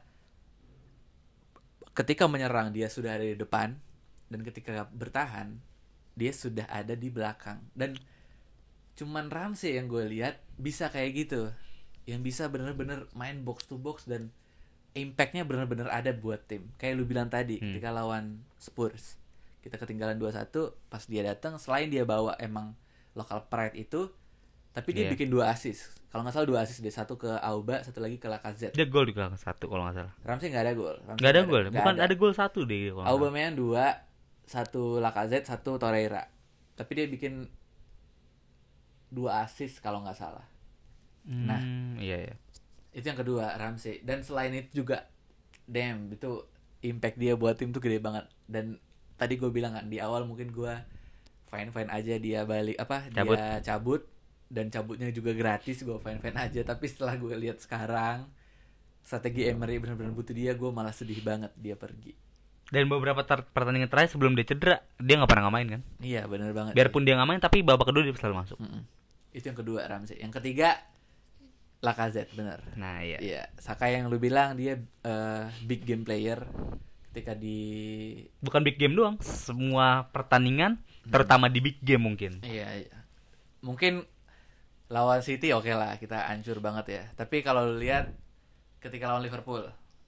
ketika menyerang dia sudah ada di depan, dan ketika bertahan dia sudah ada di belakang. Dan cuman Ramsey yang gue lihat bisa kayak gitu, yang bisa bener-bener main box to box dan impactnya bener-bener ada buat tim. Kayak lu bilang tadi, ketika lawan Spurs kita ketinggalan 2-1, pas dia datang, selain dia bawa emang local pride itu, tapi dia bikin 2 assist. Kalau nggak salah 2 assist, dia 1 ke Auba, 1 lagi ke Lacazette. Dia gol juga 1 kalau nggak salah. Ramsey nggak ada gol. Nggak ada gol. Bukan ada gol 1 deh. Aubameyang 2, 1 Lacazette, 1 Torreira. Tapi dia bikin 2 assist kalau nggak salah. Nah, iya. Itu yang kedua, Ramsey. Dan selain itu juga, itu impact dia buat tim tuh gede banget. Dan tadi gue bilang kan di awal, mungkin gue fine aja dia balik dia cabut, dan cabutnya juga gratis, gue fine aja. Tapi setelah gue lihat sekarang strategi Emery benar-benar butuh dia, gue malah sedih banget dia pergi. Dan beberapa pertandingan terakhir sebelum dia cedera, dia nggak pernah ngamain kan? Iya, benar banget. Biarpun dia ngamain, tapi babak kedua dia selalu masuk. Itu yang kedua, Ramsey. Yang ketiga Lacazette, benar. Nah, iya. Iya, Saka yang lu bilang dia big game player. Ketika bukan big game doang, semua pertandingan, terutama di big game mungkin. Iya. Mungkin lawan City oke lah, kita hancur banget ya. Tapi kalau lu lihat ketika lawan Liverpool,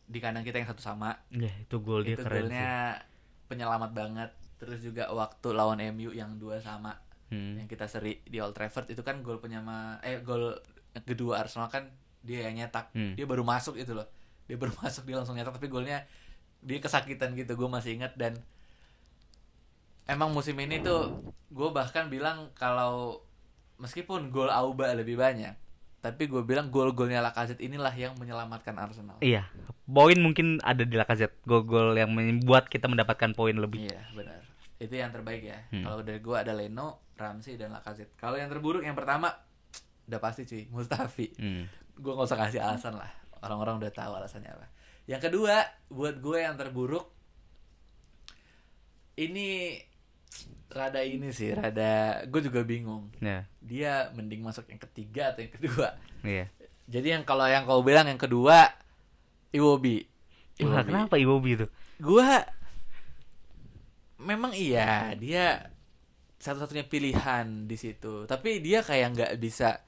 di kandang kita yang 1-1. Ya, itu gol dia Itu keren sih. golnya penyelamat banget. Terus juga waktu lawan MU yang 2-2 yang kita seri di Old Trafford itu kan gol gol yang kedua Arsenal kan dia yang nyetak. Dia baru masuk itu loh. Dia baru masuk dia langsung nyetak, tapi golnya dia kesakitan gitu, gue masih ingat. Dan emang musim ini tuh gue bahkan bilang kalau meskipun gol Auba lebih banyak, tapi gue bilang gol-golnya Lacazette inilah yang menyelamatkan Arsenal. Iya, poin mungkin ada di Lacazette, gol-gol yang membuat kita mendapatkan poin lebih. Iya benar, itu yang terbaik ya. Kalau dari gue ada Leno, Ramsey dan Lacazette. Kalau yang terburuk yang pertama udah pasti cuy, Mustafi. Gue nggak usah kasih alasan lah, orang-orang udah tahu alasannya apa. Yang kedua buat gue yang terburuk ini rada gue juga bingung. Ya. Dia mending masuk yang ketiga atau yang kedua. Iya. Jadi yang kalau yang kau bilang yang kedua Iwobi. Wah, kenapa Iwobi itu? Gua memang iya dia satu-satunya pilihan di situ. Tapi dia kayak nggak bisa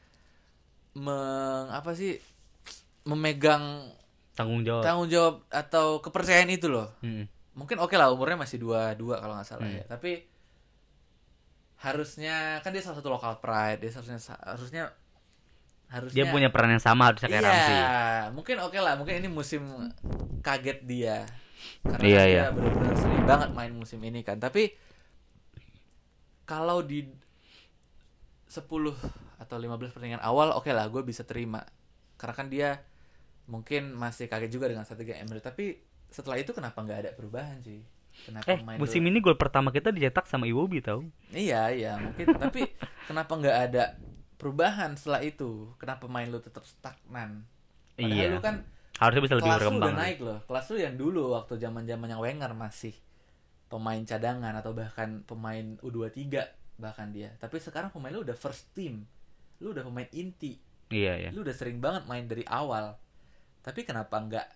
memegang Tanggung jawab atau kepercayaan itu loh. Mungkin oke lah umurnya masih 22 kalau nggak salah ya. Tapi harusnya kan dia salah satu local pride. Dia harusnya dia punya peran yang sama harusnya kayak Ramsey. Iya, mungkin oke lah. Mungkin ini musim kaget dia. Karena dia Iya. benar-benar sering banget main musim ini kan. Tapi kalau di 10 atau 15 pertandingan awal oke lah, gue bisa terima. Karena kan dia mungkin masih kaget juga dengan strategi Emery. Tapi setelah itu kenapa nggak ada perubahan sih? Kenapa Musim ini gol pertama kita dicetak sama Iwobi tau? Iya mungkin. Tapi kenapa nggak ada perubahan setelah itu? Kenapa main lu tetap stagnan? Padahal lu kan harusnya bisa lebih kelas berkembang. lu udah naik loh. Kelas lu yang dulu waktu zaman-zaman yang Wenger masih pemain cadangan atau bahkan pemain U23 bahkan dia. Tapi sekarang pemain lu udah first team. Lu udah pemain inti. Iya. Lu udah sering banget main dari awal. Tapi kenapa nggak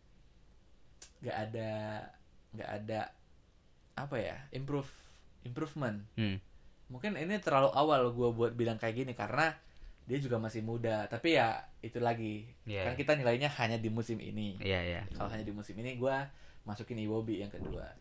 ada apa ya? Improvement. Mungkin ini terlalu awal gue buat bilang kayak gini karena dia juga masih muda. Tapi ya itu lagi. Kan kita nilainya hanya di musim ini. Kalau hanya di musim ini gue masukin Iwobi yang kedua.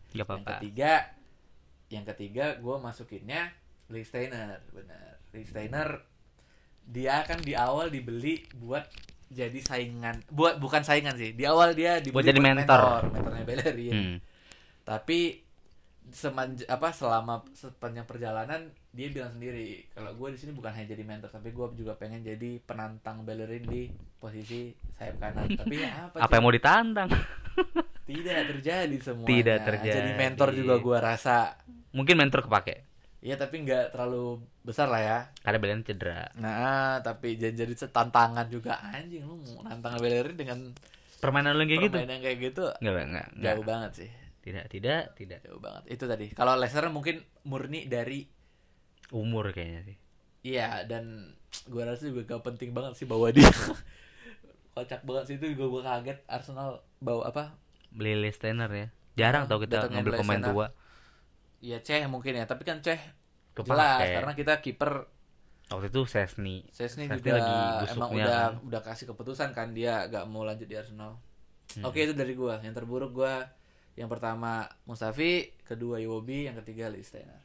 Yang ketiga gue masukinnya Lichtsteiner. Benar. Lichtsteiner dia kan di awal dibeli buat jadi saingan. Bukan saingan sih. Di awal dia dibeli buat jadi mentornya Bellerin. Tapi selama sepanjang perjalanan dia bilang sendiri kalau gue di sini bukan hanya jadi mentor tapi gue juga pengen jadi penantang Bellerin di posisi sayap kanan. Tapi ya apa yang mau ditantang? Tidak terjadi semuanya. Tidak terjadi. Jadi mentor juga gue rasa mungkin mentor kepake. Iya tapi nggak terlalu besar lah ya. Karena Bellerin cedera. Nah tapi jadi tantangan juga anjing lu mau nantang Bellerin dengan permainan kayak gitu. Permainan kayak gitu. Enggak. Jauh banget sih. Tidak. Jauh banget. Itu tadi. Kalau Leicester mungkin murni dari umur kayaknya sih. Iya, dan gue rasa juga gak penting banget sih bawa dia. Kocak banget sih itu juga gue kaget Arsenal bawa apa? Beli Lichtsteiner ya. Jarang tau kita ngambil pemain tua. Iya, Ceh mungkin ya, tapi kan Ceh kepake. Jelas karena kita kiper waktu itu Szczesny juga lagi busuknya emang udah kasih keputusan kan dia gak mau lanjut di Arsenal. Oke, itu dari gue. Yang terburuk gue yang pertama Mustafi, kedua Iwobi, yang ketiga Lichtsteiner.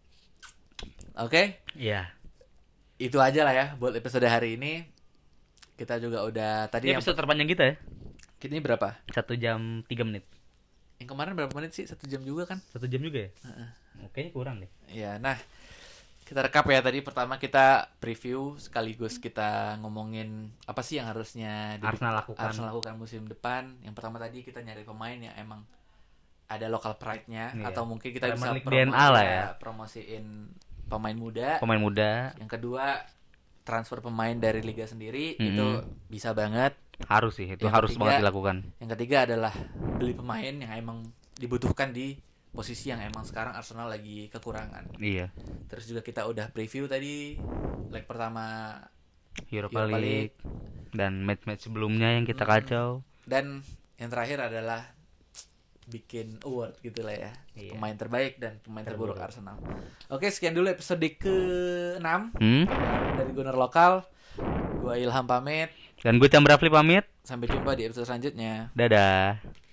Oke? Iya. Itu aja lah ya buat episode hari ini. Kita juga udah tadi episode terpanjang kita ya. Ini berapa? 1 jam 3 menit. Yang kemarin berapa menit sih? 1 jam juga kan? 1 jam juga ya? Kayaknya kurang deh. Iya, nah kita rekap ya tadi. Pertama kita preview sekaligus kita ngomongin apa sih yang harusnya Arsenal lakukan musim depan. Yang pertama tadi kita nyari pemain yang emang ada local pride-nya atau mungkin kita bisa promosiin pemain muda. Yang kedua transfer pemain dari liga sendiri itu bisa banget. Harus sih, itu harus banget dilakukan. Yang ketiga adalah beli pemain yang emang dibutuhkan di posisi yang emang sekarang Arsenal lagi kekurangan. Iya. Terus juga kita udah preview tadi leg pertama Europa League dan match-match sebelumnya yang kita kacau. Dan yang terakhir adalah bikin award gitu lah ya. Iya. Pemain terbaik dan pemain terburuk Arsenal. Oke, sekian dulu episode ke-6 dari Gunner Lokal. Gua Ilham pamit. Dan gue Chandra Rafli pamit. Sampai jumpa di episode selanjutnya. Dadah.